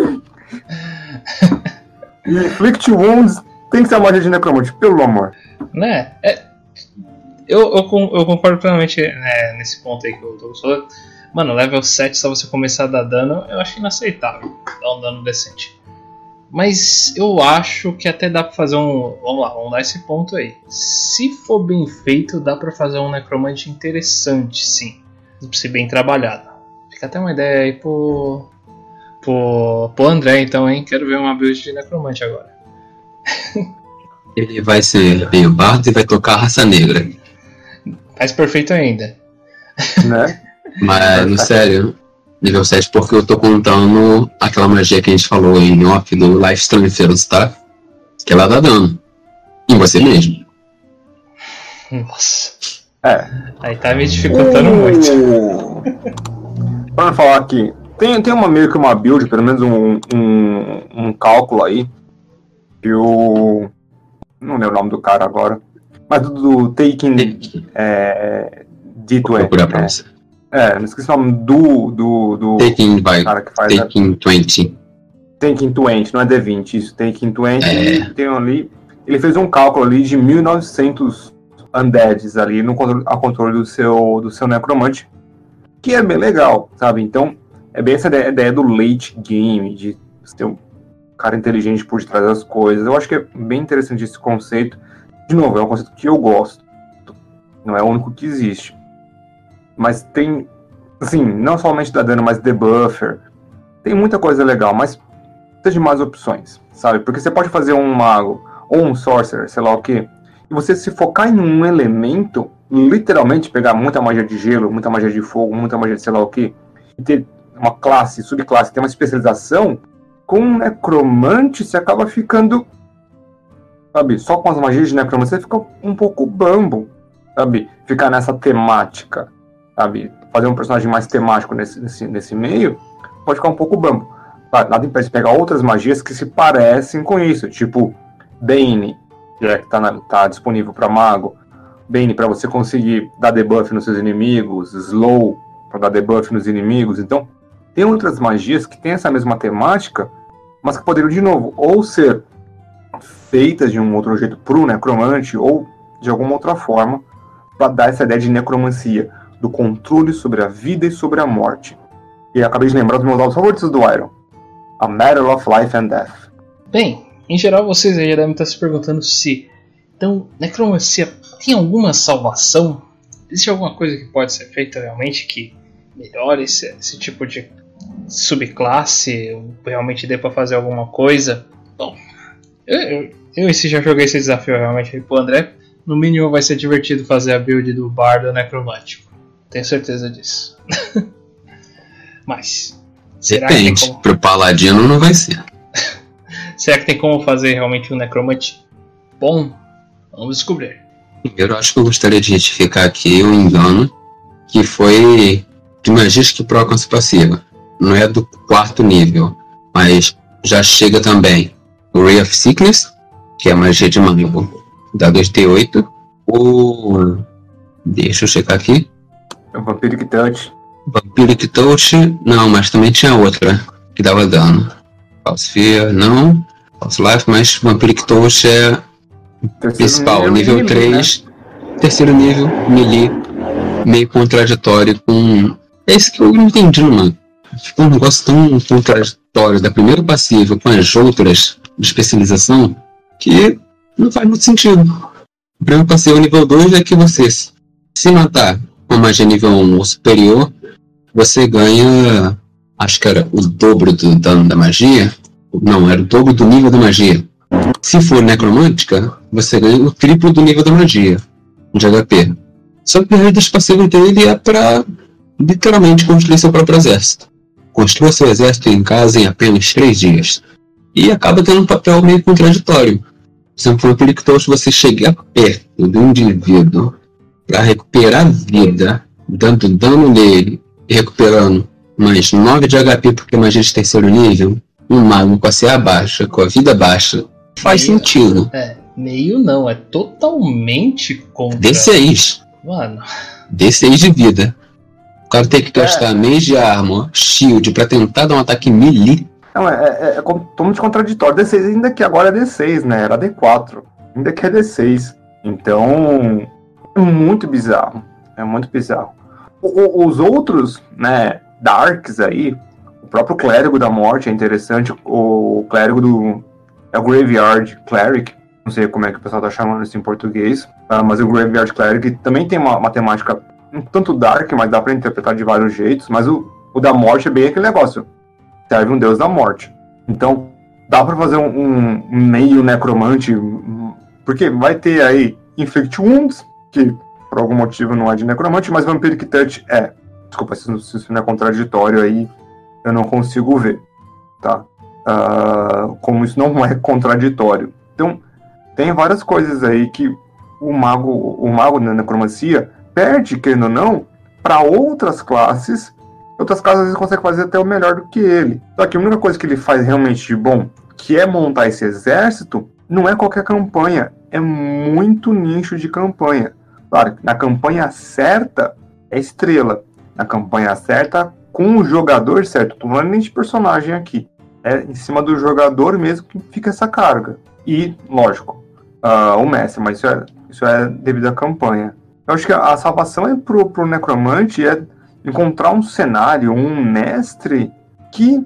E Inflict Wounds tem que ser uma magia de necromante, pelo amor. Né? Eu concordo plenamente nesse ponto aí que eu tô falando. Mano, level 7, só você começar a dar dano, eu acho inaceitável. Dar um dano decente. Mas eu acho que até dá pra fazer um... Vamos lá, vamos dar esse ponto aí. Se for bem feito, dá pra fazer um necromante interessante, sim. Se bem trabalhado. Fica até uma ideia aí pro André, então, hein? Quero ver uma build de necromante agora. Ele vai ser meio bardo e vai tocar a raça negra. Mais perfeito ainda. Né? Mas, no sério, nível 7, porque eu tô contando aquela magia que a gente falou em off do Life Transference, tá? Que ela dá dano. Em você mesmo. Nossa. É. Aí tá me dificultando muito. Pra falar aqui, tem meio que uma build, pelo menos um cálculo aí, que eu não lembro o nome do cara agora, mas do Taking Vou procurar pra você. Não esqueci o nome do cara que faz Taking 20. Taking 20, não é D20, isso, Taking 20, tem ali, ele fez um cálculo ali de 1900 undeads ali a controle do seu necromante, que é bem legal, sabe? Então, é bem essa ideia do late game, de ter um cara inteligente por detrás das coisas. Eu acho que é bem interessante esse conceito. De novo, é um conceito que eu gosto. Não é o único que existe. Mas tem, assim, não somente dá dano, mas debuffer. Tem muita coisa legal, mas precisa de mais opções, sabe? Porque você pode fazer um mago ou um sorcerer, sei lá o quê, e você se focar em um elemento, literalmente pegar muita magia de gelo, muita magia de fogo, muita magia de sei lá o quê, e ter uma classe, subclasse, ter uma especialização, com um necromante você acaba ficando, sabe, só com as magias de necromante você fica um pouco bambo, sabe, ficar nessa temática, sabe, fazer um personagem mais temático nesse meio, pode ficar um pouco bambo. Nada impede de pegar outras magias que se parecem com isso, tipo Bane, que tá disponível para mago, Bane para você conseguir dar debuff nos seus inimigos, Slow para dar debuff nos inimigos. Então, tem outras magias que têm essa mesma temática, mas que poderiam, de novo, ou ser feitas de um outro jeito pro necromante, ou de alguma outra forma, para dar essa ideia de necromancia, do controle sobre a vida e sobre a morte. E acabei de lembrar dos meus autos favoritos do Iron. A Matter of Life and Death. Bem, em geral vocês aí já devem estar se perguntando se... Então, necromancia tem alguma salvação? Existe alguma coisa que pode ser feita realmente que melhore esse tipo de subclasse? Ou realmente dê pra fazer alguma coisa? Bom, eu já joguei esse desafio realmente pro André. No mínimo vai ser divertido fazer a build do bardo necromântico. Tenho certeza disso. Mas... Depende, pro paladino não vai ser. Será que tem como fazer realmente um necromante bom? Vamos descobrir. Primeiro, acho que eu gostaria de retificar aqui um engano, que foi de magias que pro alcance passiva. Não é do 4º nível, mas já chega também o Ray of Sickness, que é a magia de mago, dá 2d8. Deixa eu checar aqui. É o Vampiric Touch. Vampiric Touch, não, mas também tinha outra que dava dano. False Fear, não. False Life, mas Vampiric Touch é principal, nível 3, né? Terceiro nível, melee, meio contraditório com... É isso que eu não entendi, mano. Ficou um negócio tão contraditório da primeira passiva com as outras de especialização que não faz muito sentido. O primeiro passivo nível 2 é que você se matar com magia nível 1 ou superior, você ganha, acho que era o dobro do dano da magia. Não, era o dobro do nível da magia. Se for necromântica, você ganha o triplo do nível da magia de HP. Só que o resto das passivas dele é pra literalmente construir seu próprio exército. Construa seu exército em casa em apenas 3 dias. E acaba tendo um papel meio contraditório. Por exemplo, no Vampiric Touch, você chegar perto de um indivíduo para recuperar a vida, dando dano nele e recuperando mais 9 de HP porque magia de terceiro nível, um mago com a CA baixa, com a vida baixa, faz sentido. Meio não, é totalmente contra... D6. Mano. D6 de vida. O cara tem que gastar Mage Armor, Shield pra tentar dar um ataque melee. Não, é totalmente contraditório. D6, ainda que agora é D6, né? Era D4. Ainda que é D6. Então, é muito bizarro. É muito bizarro. Os outros, né, Darks aí, próprio Clérigo da Morte é interessante. O Clérigo é o Graveyard Cleric. Não sei como é que o pessoal tá chamando isso em português. Mas o Graveyard Cleric também tem uma temática um tanto dark, mas dá pra interpretar de vários jeitos. Mas o da morte é bem aquele negócio. Serve um deus da morte. Então, dá pra fazer um meio necromante. Porque vai ter aí Inflict Wounds, que por algum motivo não é de necromante, mas Vampiric Touch é. Desculpa, se isso não é contraditório aí, eu não consigo ver, tá? Como isso não é contraditório. Então, tem várias coisas aí que o mago na necromancia perde, querendo ou não, para outras classes. Outras classes às vezes conseguem fazer até o melhor do que ele. Só que a única coisa que ele faz realmente de bom, que é montar esse exército, não é qualquer campanha, é muito nicho de campanha. Claro, na campanha certa é estrela. Na campanha certa, com o jogador certo. Tô falando nem de personagem aqui. É em cima do jogador mesmo que fica essa carga. E, lógico, o mestre, mas isso é devido à campanha. Eu acho que a salvação é pro necromante é encontrar um cenário, um mestre que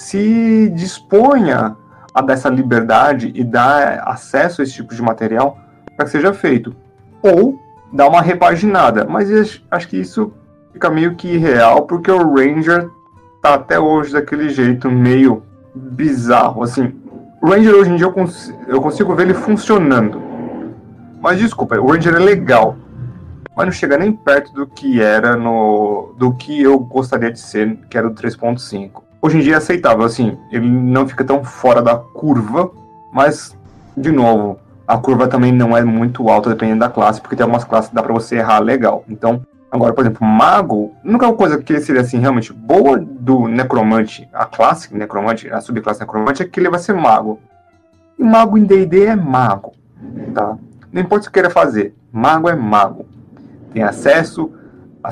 se disponha a dar essa liberdade e dar acesso a esse tipo de material para que seja feito. Ou dar uma repaginada. Mas eu acho que isso fica meio que irreal, porque o Ranger tá até hoje daquele jeito meio bizarro. Assim, o Ranger hoje em dia eu consigo ver ele funcionando. Mas desculpa, o Ranger é legal, mas não chega nem perto do que era do que eu gostaria de ser, que era o 3.5. Hoje em dia é aceitável, assim, ele não fica tão fora da curva, mas, de novo, a curva também não é muito alta, dependendo da classe, porque tem algumas classes que dá pra você errar legal. Então, agora, por exemplo, mago, a única coisa que seria, assim, realmente boa do necromante, a classe necromante, a subclasse necromante, é que ele vai ser mago. E mago em D&D é mago, tá? Não importa o que você queira fazer, mago é mago. Tem acesso a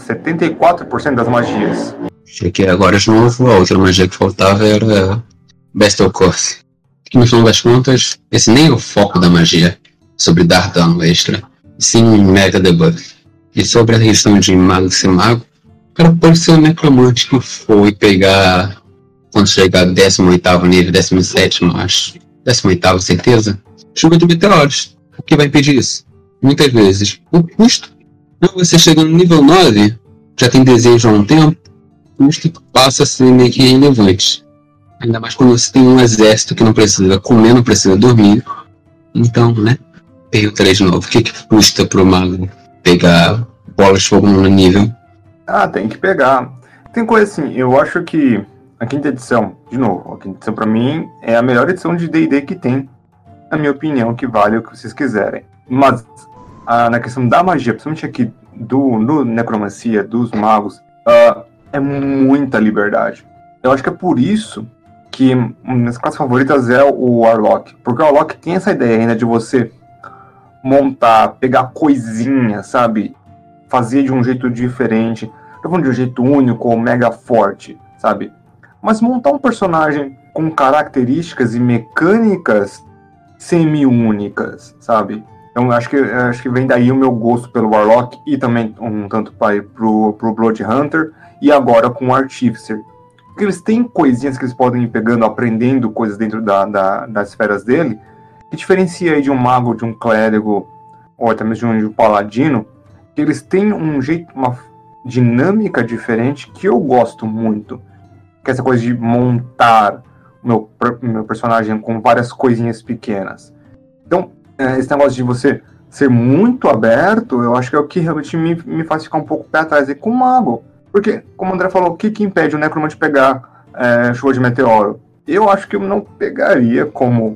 74% das magias. Achei que agora de novo a outra magia que faltava era Bestial Curse. Que no final das contas, esse nem é o foco da magia, sobre dar dano extra, sim um mega debuff. E sobre a questão de mago ser mago, o cara pode ser um necromante que foi pegar, quando chegar no 18º nível, 17º, acho, 18º certeza, chuva de meteoros. O que vai impedir isso? Muitas vezes, o custo. Você chega no nível 9, já tem desejo há um tempo, o custo passa a ser meio que irrelevante. Ainda mais quando você tem um exército que não precisa comer, não precisa dormir. Então, né? Peguei o 3 de novo. O que custa pro mago pegar bolas de fogo no nível? Tem que pegar. Tem coisa assim, eu acho que a quinta edição, de novo, a quinta edição pra mim é a melhor edição de D&D que tem, na minha opinião, que vale o que vocês quiserem. Mas na questão da magia, principalmente aqui no necromancia, dos magos, é muita liberdade. Eu acho que é por isso que minhas classes favoritas é o Warlock. Porque o Warlock tem essa ideia ainda de você montar, pegar coisinhas, sabe? Fazer de um jeito diferente. Não falando de um jeito único ou mega forte, sabe? Mas montar um personagem com características e mecânicas semi-únicas, sabe? Então acho que vem daí o meu gosto pelo Warlock e também um tanto para ir pro Blood Hunter e agora com o Artificer. Porque eles têm coisinhas que eles podem ir pegando, aprendendo coisas dentro das esferas dele, que diferencia aí de um mago, de um clérigo, ou até mesmo de um paladino, que eles têm um jeito, uma dinâmica diferente que eu gosto muito. Que é essa coisa de montar o meu personagem com várias coisinhas pequenas. Então, esse negócio de você ser muito aberto, eu acho que é o que realmente me faz ficar um pouco pé atrás aí com o mago. Porque, como o André falou, o que impede o necromante pegar chuva de meteoro? Eu acho que eu não pegaria como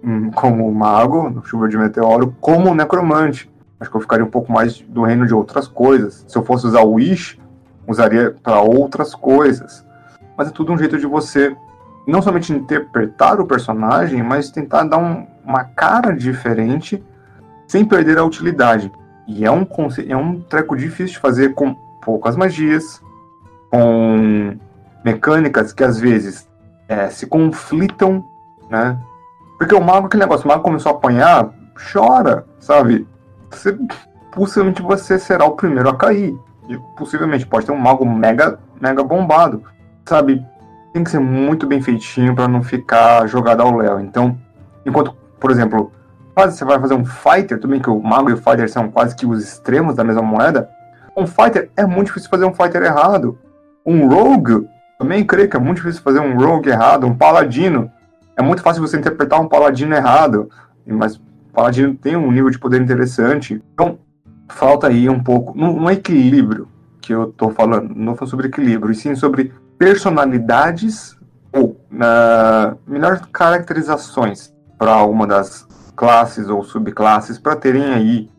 mago, chuva de meteoro, como necromante. Acho que eu ficaria um pouco mais do reino de outras coisas. Se eu fosse usar o Wish, usaria para outras coisas. Mas é tudo um jeito de você não somente interpretar o personagem, mas tentar dar uma cara diferente sem perder a utilidade. E é um treco difícil de fazer com poucas magias, com mecânicas que às vezes se conflitam, né? Porque o mago, aquele negócio, o mago começou a apanhar, chora, sabe? Possivelmente você será o primeiro a cair. E possivelmente pode ter um mago mega bombado, sabe? tem que ser muito bem feitinho para não ficar jogado ao léu. Então, enquanto, por exemplo, quase você vai fazer um fighter, tudo bem que o mago e o fighter são quase que os extremos da mesma moeda, um fighter é muito difícil fazer um fighter errado. Um rogue, também creio que é muito difícil fazer um rogue errado. Um paladino, é muito fácil você interpretar um paladino errado, mas o paladino tem um nível de poder interessante. Então, falta aí um pouco, no equilíbrio que eu tô falando, não foi sobre equilíbrio, e sim sobre personalidades ou melhores caracterizações para uma das classes ou subclasses para terem aí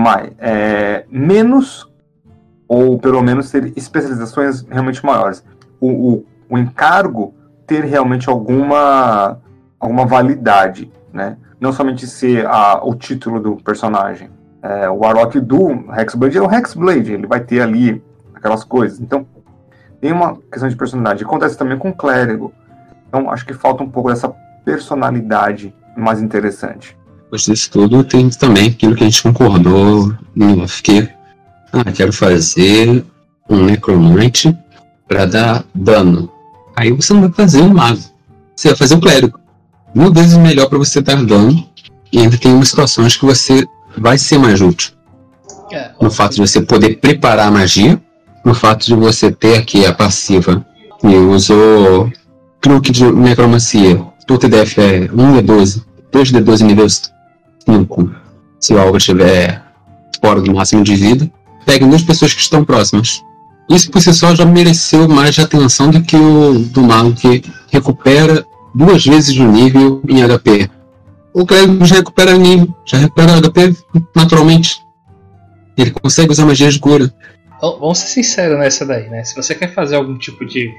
menos ou pelo menos ter especializações realmente maiores. O encargo ter realmente alguma validade, né? Não somente ser o título do personagem. O Warlock do Hexblade é o Hexblade, ele vai ter ali aquelas coisas. Então, tem uma questão de personalidade. Acontece também com o Clérigo. Então, acho que falta um pouco dessa personalidade mais interessante. Depois disso tudo, tem também aquilo que a gente concordou no off, que quero fazer um necromante para dar dano. Aí você não vai fazer um mago, você vai fazer um clérigo. 1000 vezes melhor para você dar dano, e ainda tem umas situações que você vai ser mais útil. No fato de você poder preparar a magia, no fato de você ter aqui a passiva, que usou truque de necromancia. O TDF é 1d12, 2d12 nível 5. Se o alvo estiver fora do máximo de vida, pegue 2 pessoas que estão próximas. Isso por si só já mereceu mais atenção do que o do mago, que recupera 2 vezes o nível em HP. O clérigo já recupera nível, já recupera HP naturalmente. Ele consegue usar magia de cura. Vamos ser sinceros nessa daí, né? Se você quer fazer algum tipo de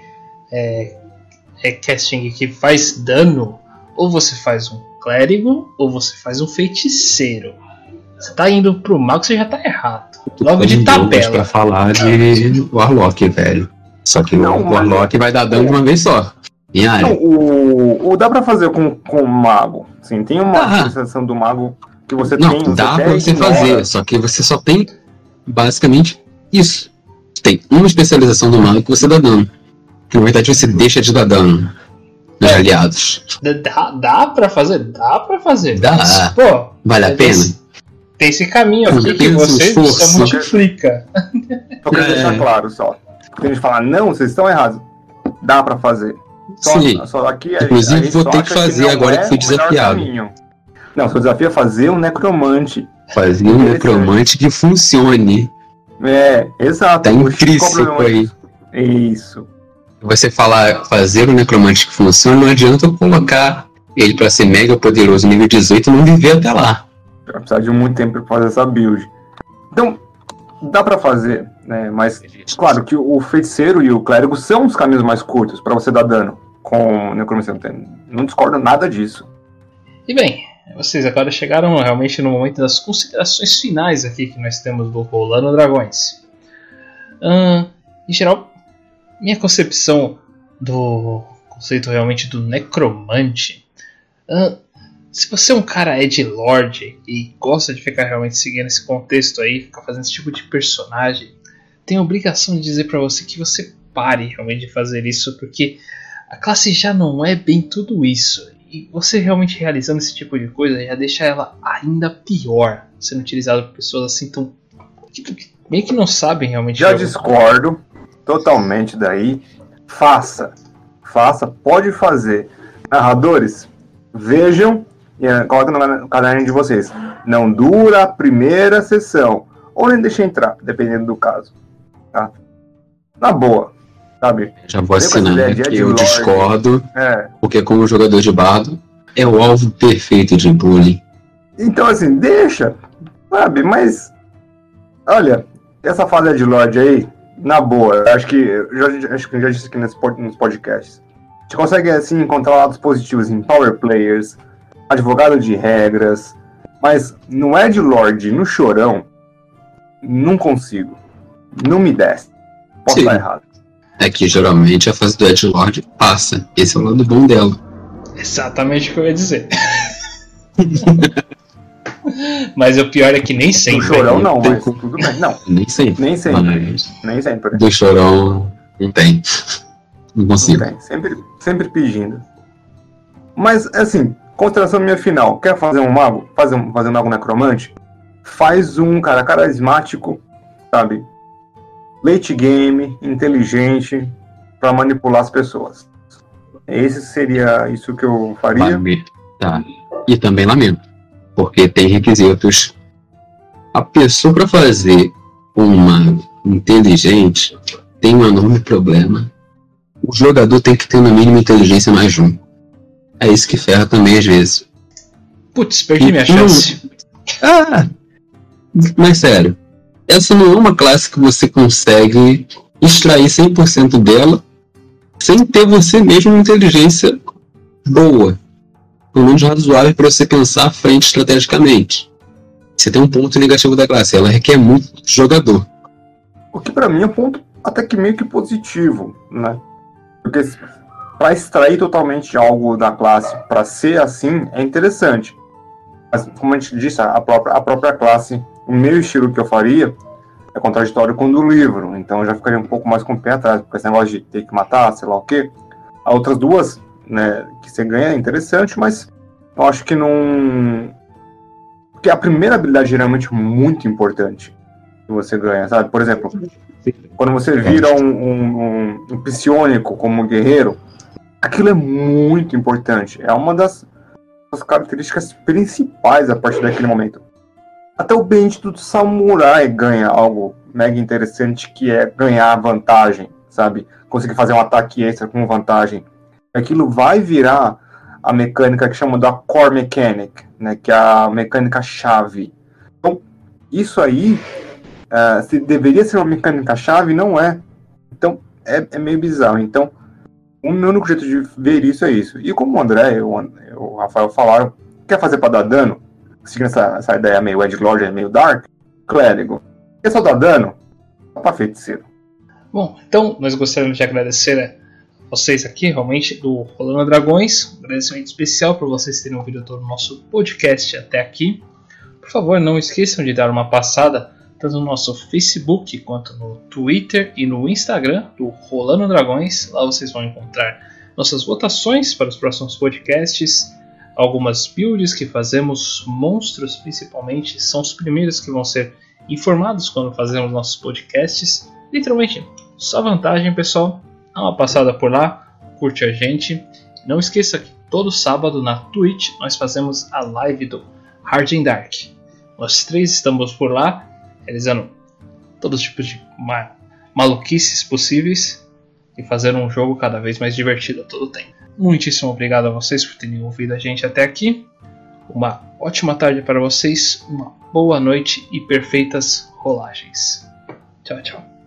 casting que faz dano, ou você faz um clérigo, ou você faz um feiticeiro. Você tá indo pro mago, você já tá errado. Logo de tabela. Pra falar de Warlock, velho. Só que o Warlock vai dar dano de uma vez só. Em área. Não, dá pra fazer com o mago. Sim, tem uma especialização do mago que você tem. Dá pra você fazer, só que você só tem basicamente isso. Tem uma especialização do mago que você dá dano. Que na verdade você deixa de dar dano nos aliados. Dá pra fazer? Dá pra fazer. Dá. Mas, pô, vale a pena? Tem esse caminho aqui que você só multiplica. Só quero deixar claro só. Porque a gente fala, não, vocês estão errados. Dá pra fazer. Sim. Só aqui, inclusive vou ter que fazer agora que fui desafiado. Não, seu desafio é fazer um necromante. Fazer um necromante que funcione. Exato. Tá intrínseco aí. Isso. Você fazer um necromante que funcione, não adianta eu colocar ele pra ser mega poderoso nível 18 e não viver até lá. Vai precisar de muito tempo para fazer essa build. Então, dá para fazer, né? Mas, claro que o feiticeiro e o clérigo são os caminhos mais curtos para você dar dano com necromancia. Não discordo nada disso. E bem, vocês agora chegaram realmente no momento das considerações finais aqui que nós temos do Rolando Dragões. Em geral, minha concepção do conceito realmente do necromante... se você é um cara edgelord e gosta de ficar realmente seguindo esse contexto aí, ficar fazendo esse tipo de personagem, tenho a obrigação de dizer pra você que você pare realmente de fazer isso, porque a classe já não é bem tudo isso. E você realmente realizando esse tipo de coisa já deixa ela ainda pior, sendo utilizada por pessoas assim tão... que meio que não sabem realmente... Já discordo totalmente daí. Faça, pode fazer. Narradores, vejam e coloca no caderno de vocês. Não dura a primeira sessão. Ou nem deixa entrar, dependendo do caso. Tá? Na boa, sabe? Já vou assinando que eu discordo. Porque como jogador de bardo, é o alvo perfeito de bullying. Então assim, deixa. Sabe, mas... Olha, essa fase de Lorde aí, na boa, acho que eu já disse aqui nos podcasts. A gente consegue assim encontrar lados positivos em Power Players, advogado de regras, mas no Edgelord, no Chorão, não consigo. Não me desce. Posso estar errado. É que geralmente a fase do Edgelord passa. Esse é o lado bom dela. Exatamente o que eu ia dizer. Mas o pior é que nem sempre. Do Chorão não, mas tudo bem. Não. Nem sempre. Nem sempre. Do Chorão não tem. Não consigo. Tem, sempre pedindo. Mas, assim, consideração minha final. Quer fazer um mago? Fazer um mago necromante? Faz um cara carismático, sabe? Late game, inteligente, pra manipular as pessoas. Esse seria isso que eu faria. Tá. E também lamento, porque tem requisitos. A pessoa para fazer um mago inteligente tem um enorme problema. O jogador tem que ter no mínimo inteligência mais um. É isso que ferra também às vezes. Putz, perdi minha chance. Mas sério, essa não é uma classe que você consegue extrair 100% dela sem ter você mesmo uma inteligência boa, pelo menos razoável para você pensar à frente estrategicamente. Você tem um ponto negativo da classe, ela requer muito do jogador. O que pra mim é um ponto até que meio que positivo, né? Porque para extrair totalmente algo da classe para ser assim é interessante. Mas como a gente disse, a própria classe, o meu estilo que eu faria é contraditório com o do livro, então eu já ficaria um pouco mais com o pé atrás, porque esse negócio de ter que matar, sei lá o quê. As outras duas, né, que você ganha é interessante, mas eu acho que não... Porque a primeira habilidade geralmente é muito importante que você ganha, sabe? Por exemplo, quando você vira um psionico como guerreiro, aquilo é muito importante. É uma das características principais a partir daquele momento. Até o Bendito do Samurai ganha algo mega interessante, que é ganhar vantagem, sabe? Conseguir fazer um ataque extra com vantagem. Aquilo vai virar a mecânica que chama da Core Mechanic, né? Que é a mecânica chave. Então, isso aí, se deveria ser uma mecânica chave, não é. Então, é meio bizarro. Então, o meu único jeito de ver isso é isso. E como o André e o Rafael falaram, quer fazer para dar dano, seguindo essa ideia meio Edgelord, meio Dark, Clérigo. Quer só dar dano? Só pra feiticeiro. Bom, então nós gostaríamos de agradecer a vocês aqui, realmente, do Rolando Dragões. Um agradecimento especial por vocês terem ouvido todo o nosso podcast até aqui. Por favor, não esqueçam de dar uma passada tanto no nosso Facebook quanto no Twitter e no Instagram do Rolando Dragões. Lá vocês vão encontrar nossas votações para os próximos podcasts, algumas builds que fazemos, monstros principalmente, são os primeiros que vão ser informados quando fazemos nossos podcasts. Literalmente, só vantagem, pessoal. Dá uma passada por lá, curte a gente. Não esqueça que todo sábado na Twitch nós fazemos a live do Hard and Dark. Nós três estamos por lá, realizando todos os tipos de maluquices possíveis e fazendo um jogo cada vez mais divertido a todo tempo. Muitíssimo obrigado a vocês por terem ouvido a gente até aqui. Uma ótima tarde para vocês, uma boa noite e perfeitas rolagens. Tchau, tchau.